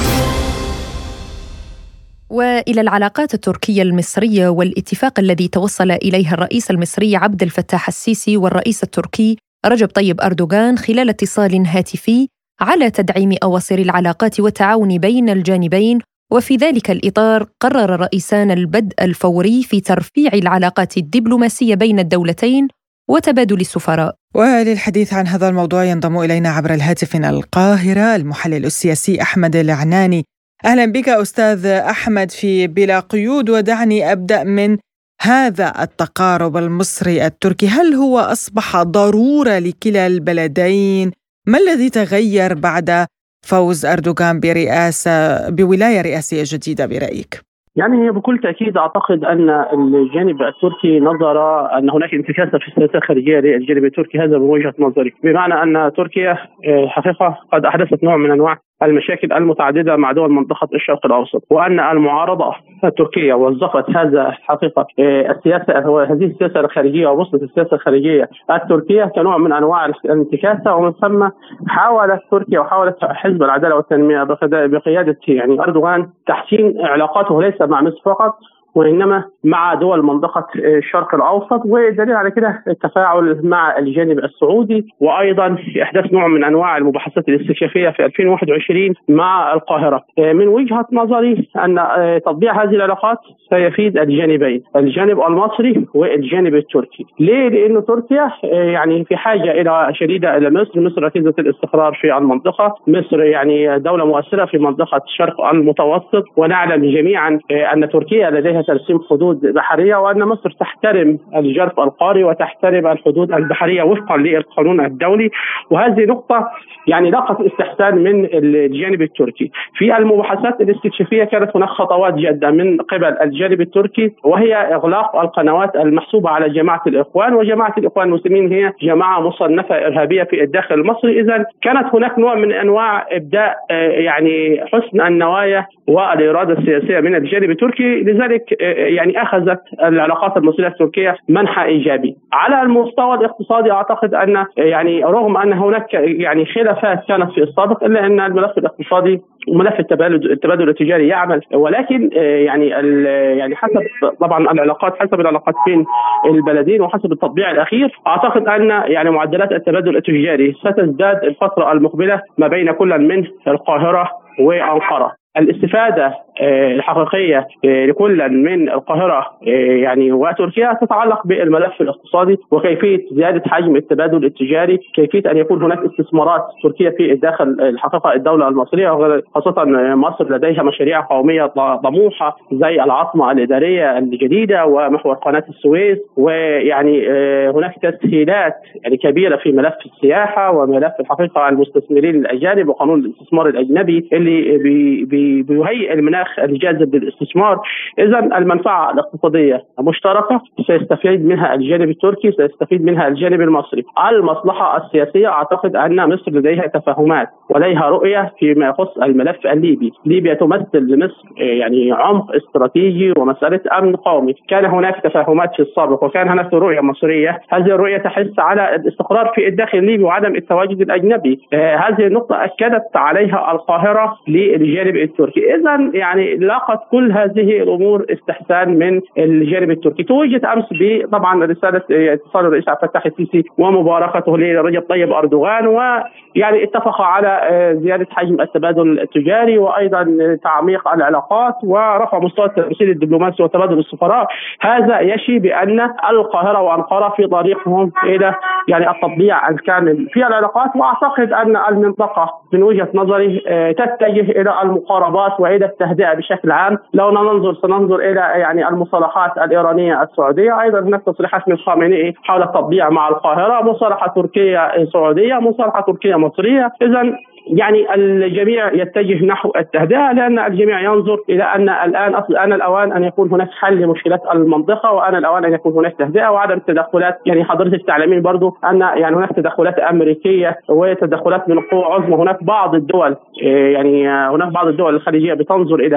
وإلى العلاقات التركية المصرية والاتفاق الذي توصل إليه الرئيس المصري عبد الفتاح السيسي والرئيس التركي رجب طيب أردوغان خلال اتصال هاتفي على تدعيم أواصر العلاقات والتعاون بين الجانبين. وفي ذلك الإطار قرر الرئيسان البدء الفوري في ترفيع العلاقات الدبلوماسية بين الدولتين وتبادل السفراء. وللحديث عن هذا الموضوع ينضم إلينا عبر الهاتف من القاهرة المحلل السياسي أحمد العناني. أهلا بك أستاذ أحمد في بلا قيود، ودعني أبدأ من هذا التقارب المصري التركي، هل هو أصبح ضرورة لكلا البلدين؟ ما الذي تغير بعد فوز أردوغان برئاسة بولاية رئاسية جديدة برأيك؟ يعني بكل تأكيد أعتقد أن الجانب التركي نظر أن هناك انتكاسة في السياسة الخارجية للجانب التركي، هذا من وجهة نظري، بمعنى أن تركيا حقيقة قد أحدثت نوع من أنواع المشاكل المتعددة مع دول منطقة الشرق الأوسط، وأن المعارضة التركية وظفت هذا الحقيقة السياسة هذه السياسة الخارجية ووصلت السياسة الخارجية التركية كنوع من أنواع الانتكاسة، ومن ثم حاولت تركيا وحاولت حزب العدالة والتنمية بقيادة يعني أردوغان تحسين علاقاته ليس مع مصر فقط وإنما مع دول منطقة الشرق الأوسط، والدليل على كده التفاعل مع الجانب السعودي، وأيضا إحداث نوع من أنواع المباحثات الاستكشافية في ألفين وواحد وعشرين مع القاهرة. من وجهة نظري أن تطبيع هذه العلاقات سيفيد الجانبين، الجانب المصري والجانب التركي. ليه؟ لأن تركيا يعني في حاجة إلى شديدة إلى مصر، مصر ركيزة الاستقرار في المنطقة، مصر يعني دولة مؤثرة في منطقة الشرق المتوسط، ونعلم جميعا أن تركيا لديها ترسيم حدود بحرية، وأن مصر تحترم الجرف القاري وتحترم الحدود البحرية وفقا للقانون الدولي، وهذه نقطة يعني لاقت استحسان من الجانب التركي. في المباحثات الاستكشافية كانت هناك خطوات جادة من قبل الجانب التركي، وهي إغلاق القنوات المحسوبة على جماعة الإخوان، وجماعة الإخوان المسلمين هي جماعة مصنفة إرهابية في الداخل المصري. إذن كانت هناك نوع من أنواع إبداء يعني حسن النوايا والإرادة السياسية من الجانب التركي، لذلك يعني أخذت العلاقات المصرية التركية منحى إيجابي. على المستوى الاقتصادي أعتقد أن يعني رغم أن هناك يعني خلافات كانت في السابق، إلا أن الملف الاقتصادي وملف التبادل التبادل التجاري يعمل، ولكن يعني يعني حسب طبعا العلاقات حسب العلاقات بين البلدين وحسب التطبيع الأخير، أعتقد أن يعني معدلات التبادل التجاري ستزداد الفترة المقبلة ما بين كل من القاهرة وأنقرة. الاستفادة الحقيقية لكل من القاهرة يعني وتركيا تتعلق بالملف الاقتصادي وكيفية زيادة حجم التبادل التجاري، كيفية أن يكون هناك استثمارات تركية في الداخل الحقيقة الدولة المصرية، خاصة مصر لديها مشاريع قومية طموحة زي العاصمة الإدارية الجديدة ومحور قناة السويس، ويعني هناك تسهيلات يعني كبيرة في ملف السياحة وملف الحقيقة المستثمرين الأجانب وقانون الاستثمار الأجنبي اللي بي بي بيهيئ المناخ الجاذب للاستثمار. إذا المنفعة الاقتصادية مشتركة سيستفيد منها الجانب التركي، سيستفيد منها الجانب المصري. المصلحة السياسية أعتقد أن مصر لديها تفاهمات ولديها رؤية فيما يخص الملف الليبي. ليبيا تمثل لمصر يعني عمق استراتيجي ومسألة أمن قومي. كان هناك تفاهمات في السابق وكان هناك رؤية مصرية، هذه الرؤية تحث على الاستقرار في الداخل الليبي وعدم التواجد الأجنبي. آه هذه النقطة أكدت عليها القاهرة للجانب التركي. إذا يعني لاقت كل هذه الأمور استحسان من الجانب التركي. توجت أمس بطبعا رسالة اتصال الرئيس عبد الفتاح السيسي ومباركته لرجب طيب أردوغان، ويعني اتفق على زيادة حجم التبادل التجاري وأيضا تعميق العلاقات ورفع مستوى التمثيل الدبلوماسي وتبادل السفراء. هذا يشي بأن القاهرة وأنقرة في طريقهم إلى يعني التطبيع الكامل في العلاقات، وأعتقد أن المنطقة من وجهة نظري تتجه إلى المقاربات وإلى التهدئة بشكل عام. لو ننظر سننظر إلى يعني المصالحات الإيرانية السعودية، أيضا هناك تصريحات من خامنئي حول التطبيع مع القاهرة، مصالحة تركية سعودية، مصالحة تركية مصرية. إذا يعني الجميع يتجه نحو التهدئة، لأن الجميع ينظر إلى أن الآن أصل أن الأوان أن يكون هناك حل لمشكلات المنطقة، وأن الأوان أن يكون هناك تهدئة وعدم التدخلات. يعني حضرتك تعلمين برضو أن يعني هناك تدخلات أمريكية وتدخلات من قوى عظمى. هناك بعض الدول يعني هناك بعض الدول الخليجية بتنظر إلى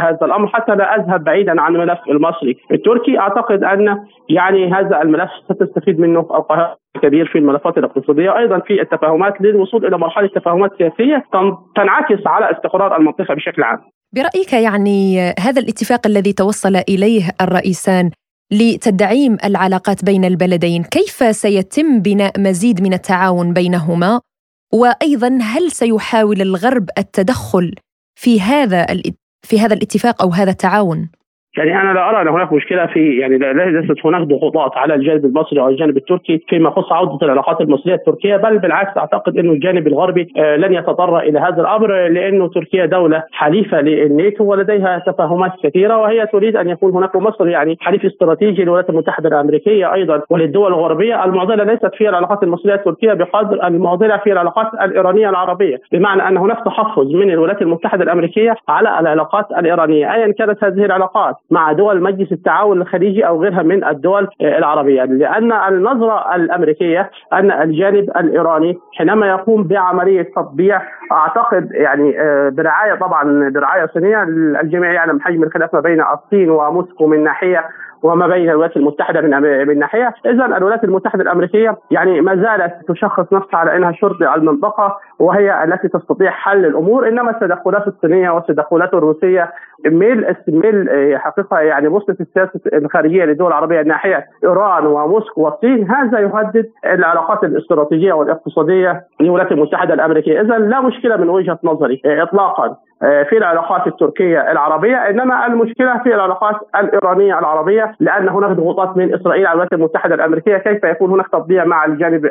هذا الأمر حتى لا أذهب بعيدا عن الملف المصري التركي. أعتقد أن يعني هذا الملف ستستفيد منه القاهرة كبير في الملفات الاقتصادية وأيضا في التفاهمات للوصول إلى مرحلة تفاهمات سياسية تنعكس على استقرار المنطقة بشكل عام. برأيك يعني هذا الاتفاق الذي توصل إليه الرئيسان لتدعيم العلاقات بين البلدين كيف سيتم بناء مزيد من التعاون بينهما؟ وأيضا هل سيحاول الغرب التدخل في هذا في هذا الاتفاق أو هذا التعاون؟ يعني أنا لا أرى أن هناك مشكلة في يعني ليست هناك ضغوطات على الجانب المصري أو الجانب التركي فيما يخص عودة العلاقات المصرية التركية، بل بالعكس أعتقد أن الجانب الغربي لن يتطرق إلى هذا الأمر لأنه تركيا دولة حليفة للناتو ولديها تفاهمات كثيرة وهي تريد أن يكون هناك مصر يعني حليف استراتيجي للولايات المتحدة الأمريكية أيضا وللدول الغربية. المعضلة ليست في العلاقات المصرية التركية بقدر المعضلة في العلاقات الإيرانية العربية، بمعنى أن هناك تحفظ من الولايات المتحدة الأمريكية على العلاقات الإيرانية أيا كانت هذه العلاقات مع دول مجلس التعاون الخليجي أو غيرها من الدول العربية، لأن النظرة الأمريكية أن الجانب الإيراني حينما يقوم بعملية تطبيع أعتقد يعني برعاية طبعا برعاية صينية، الجميع يعلم حجم الخلاف ما بين الصين وموسكو من ناحية وما بين الولايات المتحدة من من ناحية. إذا الولايات المتحدة الأمريكية يعني ما زالت تشخص نفسها على أنها شرطة المنطقة وهي التي تستطيع حل الأمور، إنما التدخلات الصينية والتدخلات الروسية ميل استميل حقيقة يعني وصلت السياسة الخارجية للدول العربية ناحية إيران وموسكو والصين، هذا يهدد العلاقات الاستراتيجية والاقتصادية للولايات المتحدة الأمريكية. إذا لا مشكلة من وجهة نظري إطلاقا في العلاقات التركية العربية، إنما المشكلة في العلاقات الإيرانية العربية، لأن هناك ضغوطات من إسرائيل على الولايات المتحدة الأمريكية. كيف يكون هناك تطبيع مع الجانب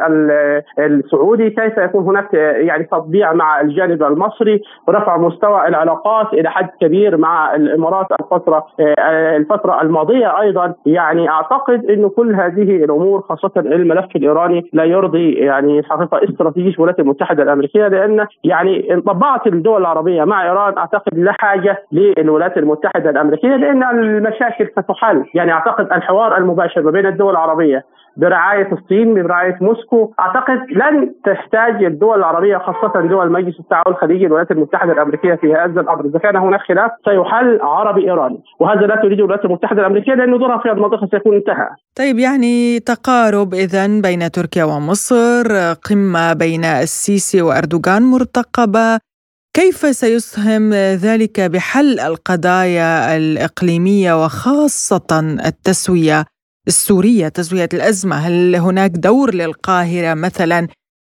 السعودي، كيف يكون هناك يعني تطبيع مع الجانب المصري ورفع مستوى العلاقات إلى حد كبير مع الإمارات الفترة الفترة الماضية أيضا. يعني أعتقد إنه كل هذه الأمور خاصة الملف الإيراني لا يرضي يعني الحقيقة استراتيجية الولايات المتحدة الأمريكية، لأن يعني إن طبعت الدول العربية مع إيران أعتقد لا حاجة للولايات المتحدة الأمريكية، لأن المشاكل ستحل. يعني أعتقد الحوار المباشر ما بين الدول العربية برعاية الصين برعاية موسكو أعتقد لن تحتاج الدول العربية خاصة دول مجلس التعاون الخليجي الولايات المتحدة الأمريكية في هذا الأمر. إذا كان هناك خلاف سيحل عربي إيراني، وهذا لا تريده الولايات المتحدة الأمريكية لأنه دورها في المنطقة سيكون انتهى. طيب يعني تقارب إذن بين تركيا ومصر، قمة بين السيسي وأردوغان مرتقبة، كيف سيسهم ذلك بحل القضايا الإقليمية وخاصة التسوية السورية، تسوية الأزمة؟ هل هناك دور للقاهرة مثلا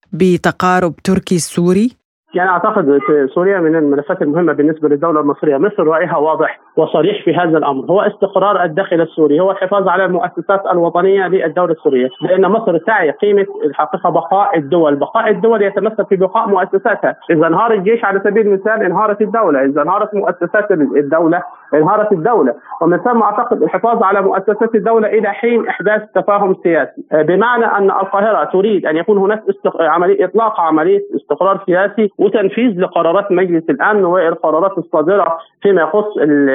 بتقارب تركي سوري؟ يعني أعتقد سوريا من الملفات المهمة بالنسبة للدولة المصرية. مصر رأيها واضح وصريح في هذا الأمر، هو استقرار الداخل السوري، هو الحفاظ على المؤسسات الوطنية للدولة السورية، لأن مصر تعي قيمة الحقيقة بقاء الدول. بقاء الدول يتمثل في بقاء مؤسساتها. إذا انهار الجيش على سبيل المثال انهارت الدولة، إذا انهارت مؤسسات الدولة انهارت الدولة. ومن ثم أعتقد الحفاظ على مؤسسات الدولة إلى حين إحداث تفاهم سياسي، بمعنى أن القاهرة تريد أن يكون هناك استق... عملية إطلاق عملية استقرار سياسي وتنفيذ لقرارات مجلس الأمن والقرارات الصادرة فيما يخص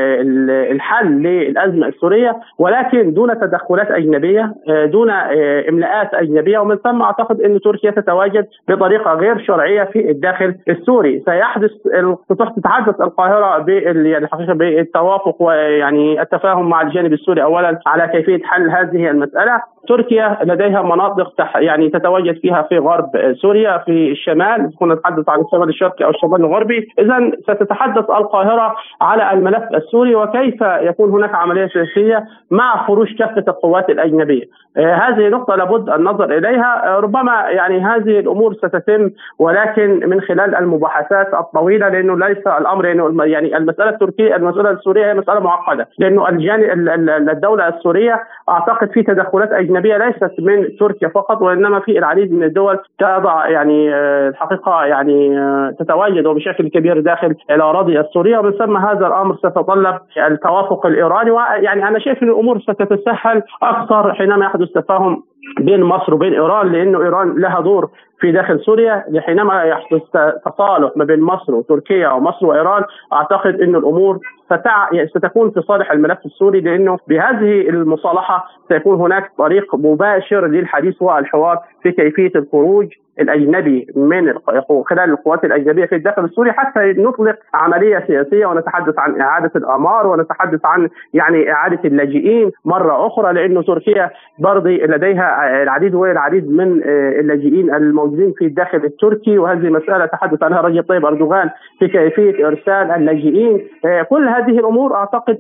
الحل للأزمة السورية، ولكن دون تدخلات أجنبية، دون إملاءات أجنبية. ومن ثم أعتقد أن تركيا تتواجد بطريقة غير شرعية في الداخل السوري. سيحدث تتحدث القاهرة بالحقيقة بالتوافق ويعني التفاهم مع الجانب السوري أولا على كيفية حل هذه المسألة. تركيا لديها مناطق تح يعني تتواجد فيها في غرب سوريا، في الشمال، كنا نتحدث عن الشمال الشرقي أو الشمال الغربي. إذن ستتحدث القاهرة على الملف السوري وكيف يكون هناك عملية سياسية مع خروج كافة القوات الأجنبية. آه هذه نقطة لابد النظر إليها. آه ربما يعني هذه الأمور ستتم ولكن من خلال المباحثات الطويلة، لأنه ليس الأمر يعني, يعني المسألة التركية المسألة السورية هي مسألة معقدة، لأنه الجانب الدولة السورية أعتقد في تدخلات أجنبية ليست من تركيا فقط، وإنما في العديد من الدول تضع يعني آه الحقيقة يعني آه تتواجد وبشكل كبير داخل الأراضي السورية. ومن ثم هذا الأمر ستتطلب التوافق الإيراني، ويعني أنا شايف أن الأمور ستتسهل أكثر حينما يحدث تفاهم بين مصر وبين إيران، لأنه إيران لها دور في داخل سوريا. حينما يحدث تصالح ما بين مصر وتركيا ومصر وإيران أعتقد أن الأمور ستع... ستكون في صالح الملف السوري، لأنه بهذه المصالحة سيكون هناك طريق مباشر للحديث والحوار في كيفية الخروج الأجنبي من خلال القوات الأجنبية في الداخل السوري حتى نطلق عملية سياسية ونتحدث عن إعادة الأعمار ونتحدث عن يعني إعادة اللاجئين مرة أخرى، لأنه تركيا برضه لديها العديد والعديد من اللاجئين الموجودين في الداخل التركي، وهذه مسألة تحدث عنها رجب طيب أردوغان في كيفية إرسال اللاجئين. كل هذه الأمور أعتقد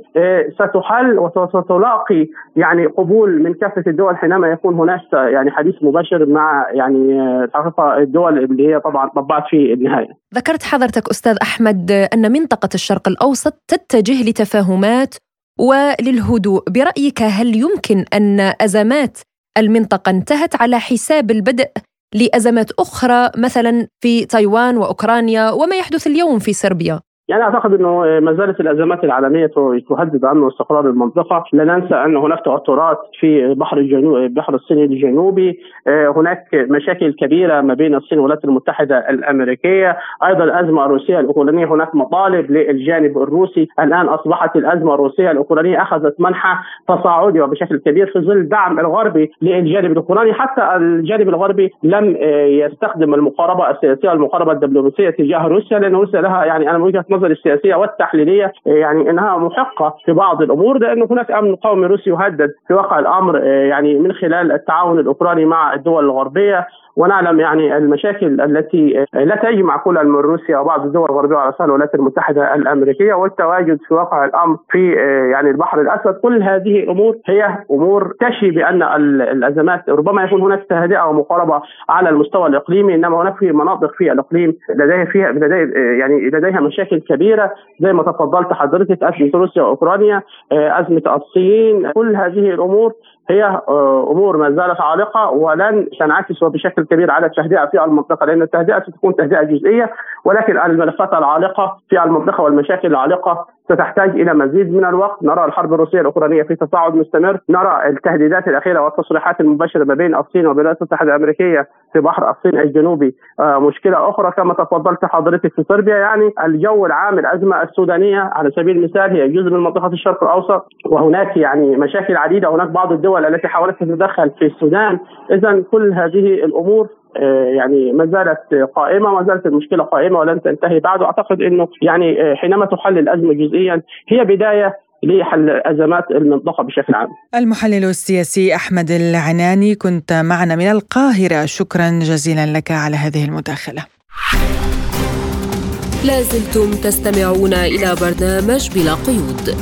ستحل وستلاقي يعني قبول من كافة الدول حينما يكون هناك يعني حديث مباشر مع يعني الدول اللي هي طبعا طبعت في النهاية. ذكرت حضرتك أستاذ أحمد أن منطقة الشرق الأوسط تتجه لتفاهمات وللهدوء، برأيك هل يمكن أن أزمات المنطقة انتهت على حساب البدء لأزمات أخرى مثلا في تايوان وأوكرانيا وما يحدث اليوم في صربيا؟ يعني أعتقد أنه ما زالت الأزمات العالمية تهدد أمن واستقرار المنطقة. لا ننسى أن هناك توترات في بحر الجنوب بحر الصين الجنوبي، هناك مشاكل كبيرة ما بين الصين والولايات المتحدة الأمريكية، أيضا الأزمة الروسية الأوكرانية هناك مطالب للجانب الروسي. الآن أصبحت الأزمة الروسية الأوكرانية أخذت منحى تصاعدي وبشكل كبير في ظل الدعم الغربي للجانب الأوكراني. حتى الجانب الغربي لم يستخدم المقاربة السياسية والمقاربة الدبلوماسية تجاه روسيا، لأن روسيا لها يعني أنا من وجهة نظري السياسية والتحليلية يعني إنها محقة في بعض الأمور، لأنه هناك أمن قومي روسي يهدد في واقع الأمر يعني من خلال التعاون الأوكراني مع الدول الغربية. ونعلم يعني المشاكل التي لا تجمع كل من روسيا وبعض الدول الغربية على رأسها الولايات المتحدة الأمريكية والتواجد في واقع الأمر في يعني البحر الأسود. كل هذه الأمور هي أمور تشي بأن الأزمات ربما يكون هناك تهدئة ومقاربة على المستوى الإقليمي، إنما هناك في مناطق في الإقليم لديها فيها لديها يعني لديها مشاكل كبيرة زي ما تفضلت حضرتك، أزمة روسيا وأوكرانيا، أزمة الصين. كل هذه الأمور هي أمور ما زالت عالقة ولن تنعكس بشكل كبير على التهدئة في المنطقة، لأن التهدئة ستكون تهدئة جزئية، ولكن الملفات العالقة في المنطقة والمشاكل العالقة ستحتاج إلى مزيد من الوقت. نرى الحرب الروسية الأوكرانية في تصاعد مستمر، نرى التهديدات الأخيرة والتصريحات المباشرة ما بين الصين والولايات المتحدة الأمريكية في بحر الصين الجنوبي مشكلة أخرى كما تفضلت حضرتك في صربيا. يعني الجو العام الأزمة السودانية على سبيل المثال هي جزء من منطقة الشرق الأوسط، وهناك يعني مشاكل عديدة، هناك بعض الدول التي حاولت تتدخل في السودان. إذن كل هذه الأمور يعني ما زالت قائمة، ما زالت المشكلة قائمة ولن تنتهي بعد. أعتقد أنه يعني حينما تحل الأزمة جزئيا هي بداية لحل أزمات المنطقة بشكل عام. المحلل السياسي أحمد العناني كنت معنا من القاهرة، شكرا جزيلا لك على هذه المداخلة. لازلتم تستمعون إلى برنامج بلا قيود.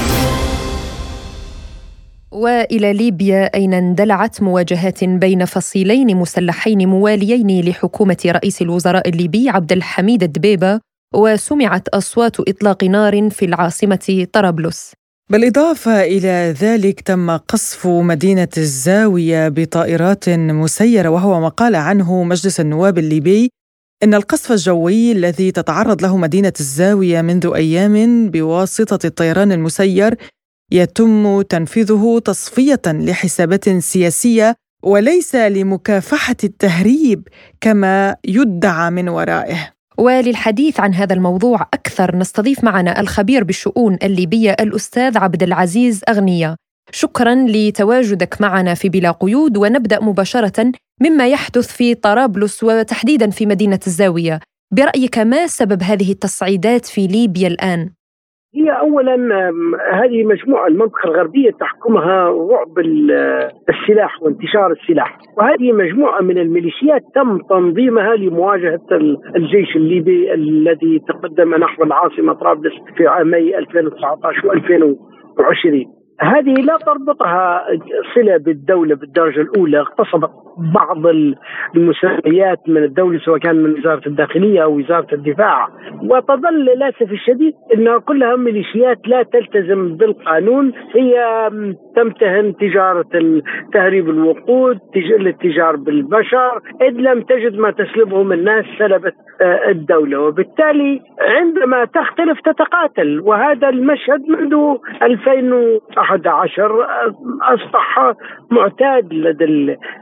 وإلى ليبيا، أين اندلعت مواجهات بين فصيلين مسلحين مواليين لحكومة رئيس الوزراء الليبي عبد الحميد الدبيبة، وسمعت أصوات إطلاق نار في العاصمة طرابلس. بالإضافة إلى ذلك تم قصف مدينة الزاوية بطائرات مسيرة، وهو ما قال عنه مجلس النواب الليبي إن القصف الجوي الذي تتعرض له مدينة الزاوية منذ أيام بواسطة الطيران المسير يتم تنفيذه تصفية لحسابات سياسية وليس لمكافحة التهريب كما يدعى من ورائه. وللحديث عن هذا الموضوع أكثر نستضيف معنا الخبير بالشؤون الليبية الأستاذ عبد العزيز أغنية. شكرا لتواجدك معنا في بلا قيود، ونبدأ مباشرة مما يحدث في طرابلس وتحديدا في مدينة الزاوية. برأيك ما سبب هذه التصعيدات في ليبيا الآن؟ هي أولا هذه مجموعة المنطقة الغربية تحكمها رعب السلاح وانتشار السلاح، وهذه مجموعة من الميليشيات تم تنظيمها لمواجهة الجيش الليبي الذي تقدم نحو العاصمة طرابلس في عامي ألفين وتسعة عشر وألفين وعشرين. هذه لا تربطها صلة بالدولة بالدرجة الأولى، اغتصبت بعض المسميات من الدولة سواء كان من وزارة الداخلية أو وزارة الدفاع، وتظل للأسف الشديد أنها كلها ميليشيات لا تلتزم بالقانون، هي تمتهن تجارة تهريب الوقود، الاتجار بالبشر، إذ لم تجد ما تسلبهم الناس سلبت الدولة، وبالتالي عندما تختلف تتقاتل. وهذا المشهد منذ ألفين وأحد عشر أصبح معتاد لدى لدى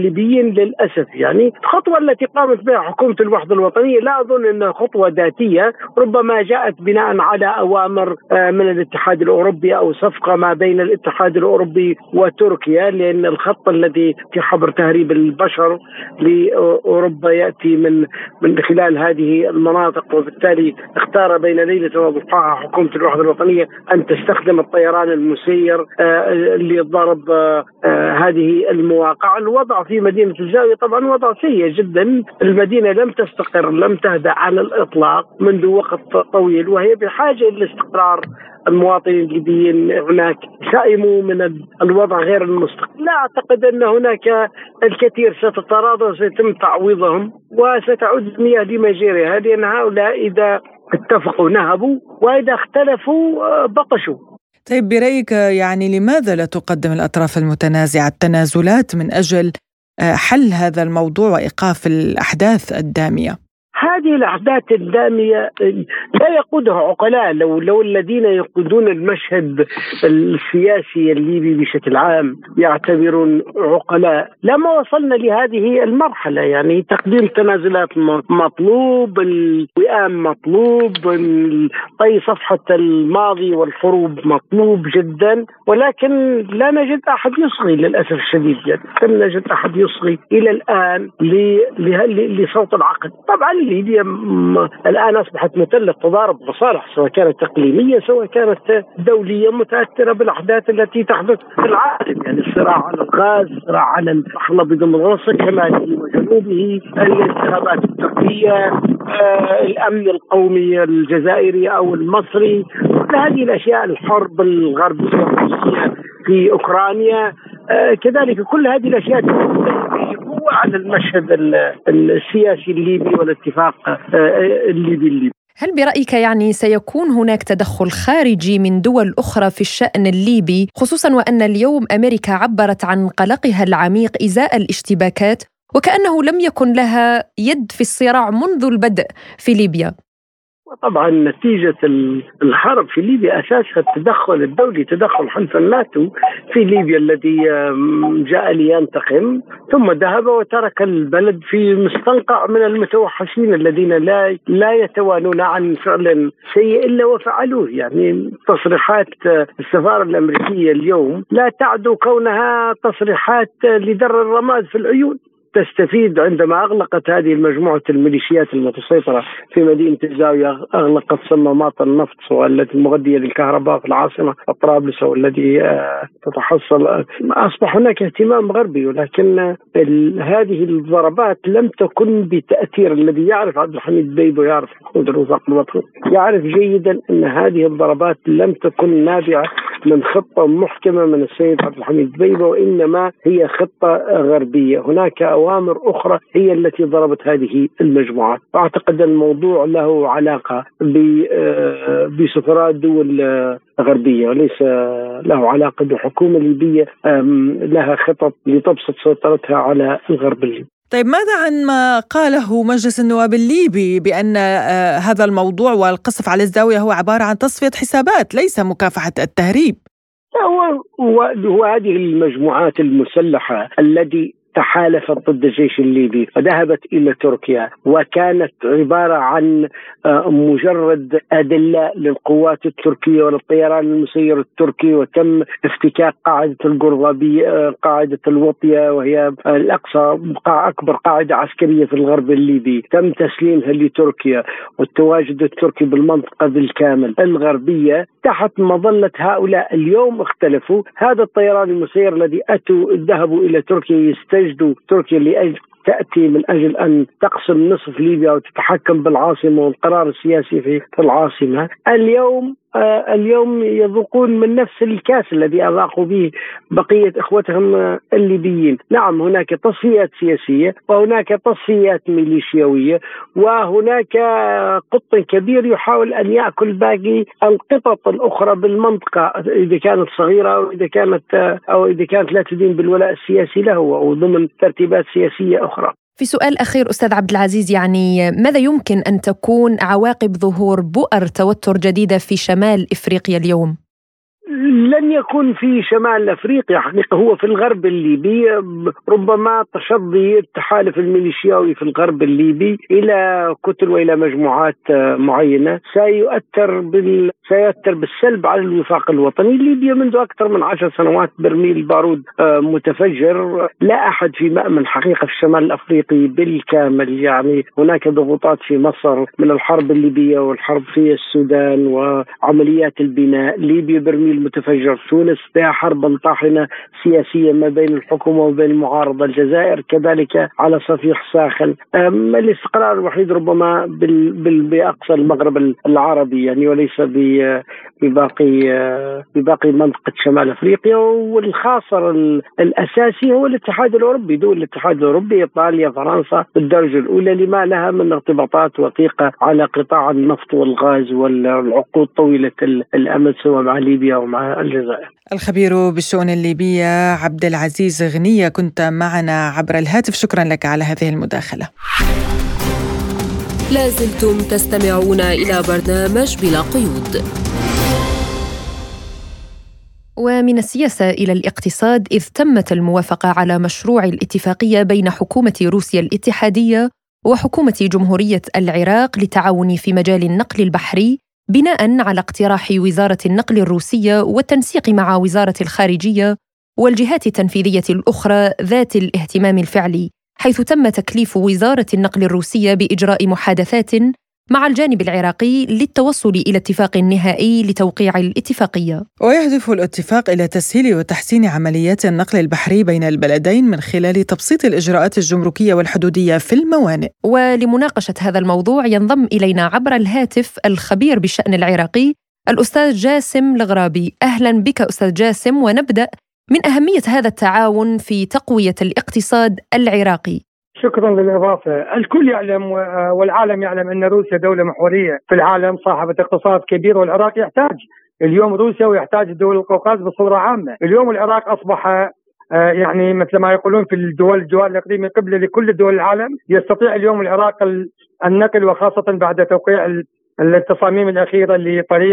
الليبيين للأسف. يعني الخطوة التي قامت بها حكومة الوحدة الوطنية لا أظن أنها خطوة ذاتية، ربما جاءت بناء على أوامر من الاتحاد الأوروبي أو صفقة ما بين الاتحاد الأوروبي وتركيا، لأن الخط الذي في حبر تهريب البشر لأوروبا يأتي من من خلال هذه المناطق، وبالتالي اختار بين ليلة وضحاها حكومة الوحدة الوطنية أن تستخدم الطيران المسير لضرب هذه المواقع. الوضع في مدينة الزاوية طبعا وضع سيء جدا، المدينة لم تستقر، لم تهدأ على الإطلاق منذ وقت طويل، وهي بحاجة إلى استقرار. المواطنين الليبيين هناك سائموا من الوضع غير المستقر. لا أعتقد أن هناك الكثير ستتراضى وسيتم تعويضهم وستعود المياه لمجاريها، لأن هؤلاء إذا اتفقوا نهبوا وإذا اختلفوا بطشوا. طيب برأيك يعني لماذا لا تقدم الأطراف المتنازعة التنازلات من أجل حل هذا الموضوع وإيقاف الأحداث الدامية؟ هذه الأحداث الدامية لا يقودها عقلاء. لو لو الذين يقودون المشهد السياسي الليبي بشكل عام يعتبرون عقلاء لما وصلنا لهذه المرحلة. يعني تقديم تنازلات مطلوب، الوئام مطلوب، طي صفحة الماضي والحروب مطلوب جدا، ولكن لا نجد أحد يصغي للأسف الشديد. يعني لم نجد أحد يصغي إلى الآن لصوت العقل. طبعا ليبيا الآن أصبحت مثلث تضارب مصالح، سواء كانت إقليمية سواء كانت دولية، متأثرة بالأحداث التي تحدث في العالم. يعني الصراع على الغاز، الصراع على البحر الأبيض المتوسط شماله وجنوبه، الانتخابات التركية، آه، الأمن القومي الجزائري أو المصري، كل هذه الأشياء، الحرب الغربية الروسية في أوكرانيا، آه، كذلك كل هذه الأشياء قوة على المشهد السياسي الليبي والاتفاق الليبي الليبي. هل برأيك يعني سيكون هناك تدخل خارجي من دول أخرى في الشأن الليبي، خصوصا وأن اليوم أمريكا عبرت عن قلقها العميق إزاء الاشتباكات وكأنه لم يكن لها يد في الصراع منذ البدء في ليبيا؟ طبعا نتيجة الحرب في ليبيا أساسها التدخل الدولي، تدخل حلف الناتو في ليبيا الذي جاء لينتقم تصم ذهب وترك البلد في مستنقع من المتوحشين الذين لا لا يتوانون عن فعل سيء إلا وفعلوه. يعني تصريحات السفارة الأمريكية اليوم لا تعدو كونها تصريحات لدر الرماد في العيون. تستفيد عندما أغلقت هذه المجموعة الميليشيات المتسيطرة في مدينة الزاوية، أغلقت صمامات النفط والتي المغذية للكهرباء في العاصمة طرابلس والذي تتحصل. أصبح هناك اهتمام غربي، ولكن هذه الضربات لم تكن بتأثير. الذي يعرف عبد الحميد دبيبة ويعرف محمود الوفاق الوطني يعرف جيدا أن هذه الضربات لم تكن نابعة من خطة محكمة من السيد عبد الحميد دبيبة، وإنما هي خطة غربية. هناك أوامر أخرى هي التي ضربت هذه المجموعات. أعتقد الموضوع له علاقة بسفراء الدول غربية وليس له علاقة بحكومة ليبية لها خطط لتبسط سيطرتها على الغرب الليبي. طيب ماذا عن ما قاله مجلس النواب الليبي بأن هذا الموضوع والقصف على الزاوية هو عبارة عن تصفية حسابات ليس مكافحة التهريب؟ هو هذه المجموعات المسلحة التي تحالفت ضد الجيش الليبي وذهبت إلى تركيا، وكانت عبارة عن مجرد أدلة للقوات التركية وللطيران المسير التركي، وتم افتكاك قاعدة القرضابية، قاعدة الوطية، وهي الأقصى أكبر قاعدة عسكرية في الغرب الليبي، تم تسليمها لتركيا، والتواجد التركي بالمنطقة بالكامل الغربية تحت مظلة هؤلاء. اليوم اختلفوا. هذا الطيران المسير الذي أتوا ذهبوا إلى تركيا يستجدوا تركيا لأجل تأتي من أجل أن تقسم نصف ليبيا وتتحكم بالعاصمة والقرار السياسي في العاصمة. اليوم آه اليوم يذوقون من نفس الكاس الذي أذاقوا به بقية إخوتهم الليبيين. نعم هناك تصفيات سياسية وهناك تصفيات ميليشياوية وهناك قط كبير يحاول أن يأكل باقي القطط الأخرى بالمنطقة إذا كانت صغيرة أو إذا كانت أو إذا كانت لا تدين بالولاء السياسي له أو ضمن ترتيبات سياسية أخرى. في سؤال أخير أستاذ عبد العزيز، يعني ماذا يمكن أن تكون عواقب ظهور بؤر توتر جديدة في شمال إفريقيا اليوم؟ لن يكون في شمال أفريقيا حقيقة، هو في الغرب الليبي. ربما تشظي التحالف الميليشياوي في الغرب الليبي إلى كتل وإلى مجموعات معينة سيؤثر بال... سيؤثر بالسلب على الوفاق الوطني. ليبيا منذ أكثر من عشر سنوات برميل بارود متفجر، لا أحد في مأمن حقيقة في الشمال الأفريقي بالكامل. يعني هناك ضغوطات في مصر من الحرب الليبية والحرب في السودان وعمليات البناء. ليبيا برميل متفجر. تونس فيها حرب طاحنة سياسية ما بين الحكومة وبين المعارضة. الجزائر كذلك على صفيح ساخن. الاستقرار الوحيد ربما بال... بال... بأقصى المغرب العربي يعني، وليس بباقي بباقي منطقة شمال أفريقيا. والخاسر الأساسي هو الاتحاد الأوروبي، دول الاتحاد الأوروبي إيطاليا فرنسا بالدرجة الأولى لما لها من ارتباطات وثيقة على قطاع النفط والغاز والعقود طويلة الأمد سواء مع ليبيا ومع الجزائر. الخبير بالشؤون الليبية عبد العزيز غنية كنت معنا عبر الهاتف، شكرا لك على هذه المداخلة. لازلتم تستمعون إلى برنامج بلا قيود. ومن السياسة إلى الاقتصاد، إذ تمت الموافقة على مشروع الاتفاقية بين حكومة روسيا الاتحادية وحكومة جمهورية العراق للتعاون في مجال النقل البحري بناء على اقتراح وزارة النقل الروسية والتنسيق مع وزارة الخارجية والجهات التنفيذية الأخرى ذات الاهتمام الفعلي، حيث تم تكليف وزارة النقل الروسية بإجراء محادثات مع الجانب العراقي للتوصل إلى اتفاق نهائي لتوقيع الاتفاقية. ويهدف الاتفاق إلى تسهيل وتحسين عمليات النقل البحري بين البلدين من خلال تبسيط الإجراءات الجمركية والحدودية في الموانئ. ولمناقشة هذا الموضوع ينضم إلينا عبر الهاتف الخبير بالشأن العراقي الأستاذ جاسم الغرابي. أهلا بك أستاذ جاسم، ونبدأ من أهمية هذا التعاون في تقوية الاقتصاد العراقي. شكرا للإضافة. الكل يعلم والعالم يعلم أن روسيا دولة محورية في العالم صاحبة اقتصاد كبير، والعراق يحتاج اليوم روسيا ويحتاج دول القوقاز بصورة عامة. اليوم العراق أصبح يعني مثل ما يقولون في الدول الجوار الإقليمي قبلة لكل دول العالم. يستطيع اليوم العراق النقل، وخاصة بعد توقيع التصاميم الأخيرة لطريق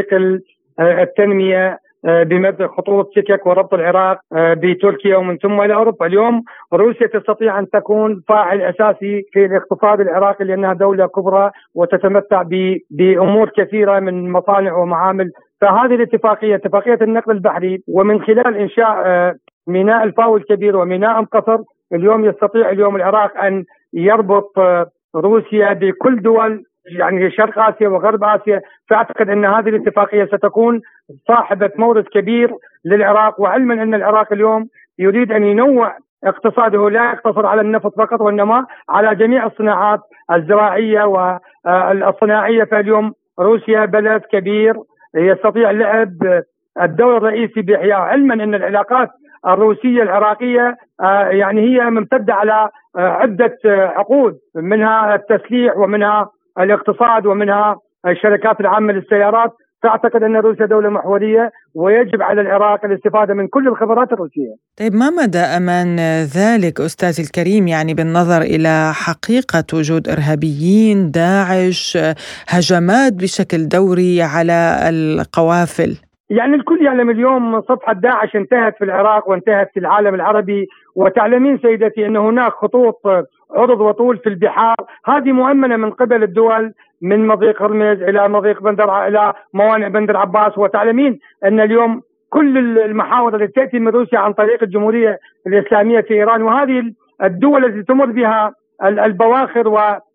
التنمية بمد خطوط سكك وربط العراق بتركيا ومن ثم إلى أوروبا. اليوم روسيا تستطيع أن تكون فاعل أساسي في الاقتصاد العراقي لأنها دولة كبرى وتتمتع بأمور كثيرة من مصانع ومعامل. فهذه الاتفاقية اتفاقية النقل البحري، ومن خلال إنشاء ميناء الفاو الكبير وميناء أم قصر، اليوم يستطيع اليوم العراق أن يربط روسيا بكل دول يعني شرق آسيا وغرب آسيا. فأعتقد أن هذه الاتفاقية ستكون صاحبة مورد كبير للعراق، وعلما أن العراق اليوم يريد أن ينوع اقتصاده، لا يقتصر على النفط فقط وإنما على جميع الصناعات الزراعية والصناعية. فاليوم روسيا بلد كبير يستطيع لعب الدور الرئيسي بإحياء، علما أن العلاقات الروسية العراقية يعني هي ممتدة على عدة عقود، منها التسليح ومنها الاقتصاد ومنها الشركات العامة للسيارات. فأعتقد أن روسيا دولة محورية ويجب على العراق الاستفادة من كل الخبرات الروسية. طيب ما مدى أمان ذلك أستاذ الكريم، يعني بالنظر إلى حقيقة وجود إرهابيين داعش، هجمات بشكل دوري على القوافل؟ يعني الكل يعلم اليوم صفحة داعش انتهت في العراق وانتهت في العالم العربي، وتعلمين سيدتي أن هناك خطوط عرض وطول في البحار، هذه مؤمنة من قبل الدول من مضيق هرمز إلى مضيق بندر إلى موانئ بندر عباس. وتعلمين أن اليوم كل المحاور التي تأتي من روسيا عن طريق الجمهورية الإسلامية في إيران، وهذه الدول التي تمر بها البواخر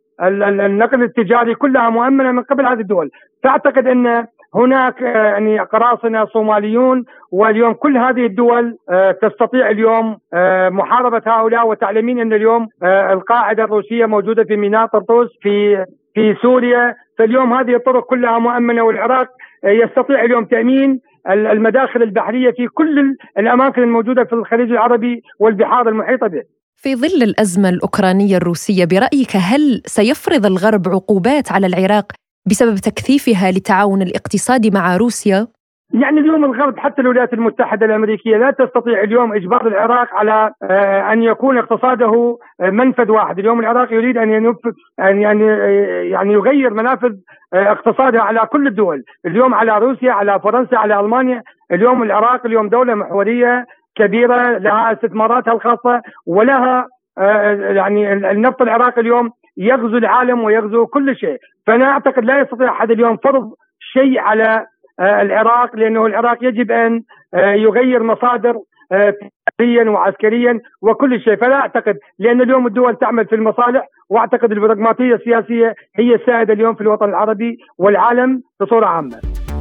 والنقل التجاري كلها مؤمنة من قبل هذه الدول. فأعتقد أن هناك يعني قراصنة صوماليون، واليوم كل هذه الدول تستطيع اليوم محاربة هؤلاء. وتعلمين أن اليوم القاعدة الروسية موجودة في ميناء طرطوس في في سوريا. فاليوم هذه الطرق كلها مؤمنة، والعراق يستطيع اليوم تأمين المداخل البحرية في كل الأماكن الموجودة في الخليج العربي والبحار المحيطة به. في ظل الأزمة الأوكرانية الروسية، برأيك هل سيفرض الغرب عقوبات على العراق بسبب تكثيفها للتعاون الاقتصادي مع روسيا؟ يعني اليوم الغرب حتى الولايات المتحدة الأمريكية لا تستطيع اليوم إجبار العراق على أن يكون اقتصاده منفذ واحد. اليوم العراق يريد أن ينفذ أن يعني يعني يغير منافذ اقتصاده على كل الدول، اليوم على روسيا، على فرنسا، على ألمانيا. اليوم العراق اليوم دولة محورية كبيرة، لها استثماراتها الخاصة ولها يعني النفط العراقي اليوم يغزو العالم ويغزو كل شيء. فأنا أعتقد لا يستطيع أحد اليوم فرض شيء على العراق، لأنه العراق يجب أن يغير مصادر تجاريا وعسكريا وكل شيء. فلا أعتقد، لأن اليوم الدول تعمل في المصالح، وأعتقد البراغماتية السياسية هي السائدة اليوم في الوطن العربي والعالم بصورة عامة.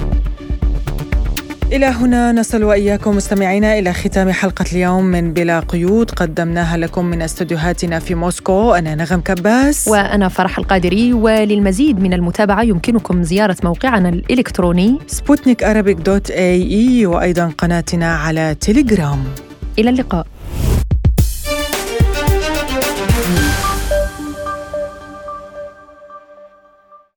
إلى هنا نصل وإياكم مستمعينا إلى ختام حلقة اليوم من بلا قيود، قدمناها لكم من استوديوهاتنا في موسكو. أنا نغم كباس وأنا فرح القادري. وللمزيد من المتابعة يمكنكم زيارة موقعنا الإلكتروني سبوتنيك أرابيك دوت إيه إي، وأيضا قناتنا على تيليجرام. إلى اللقاء.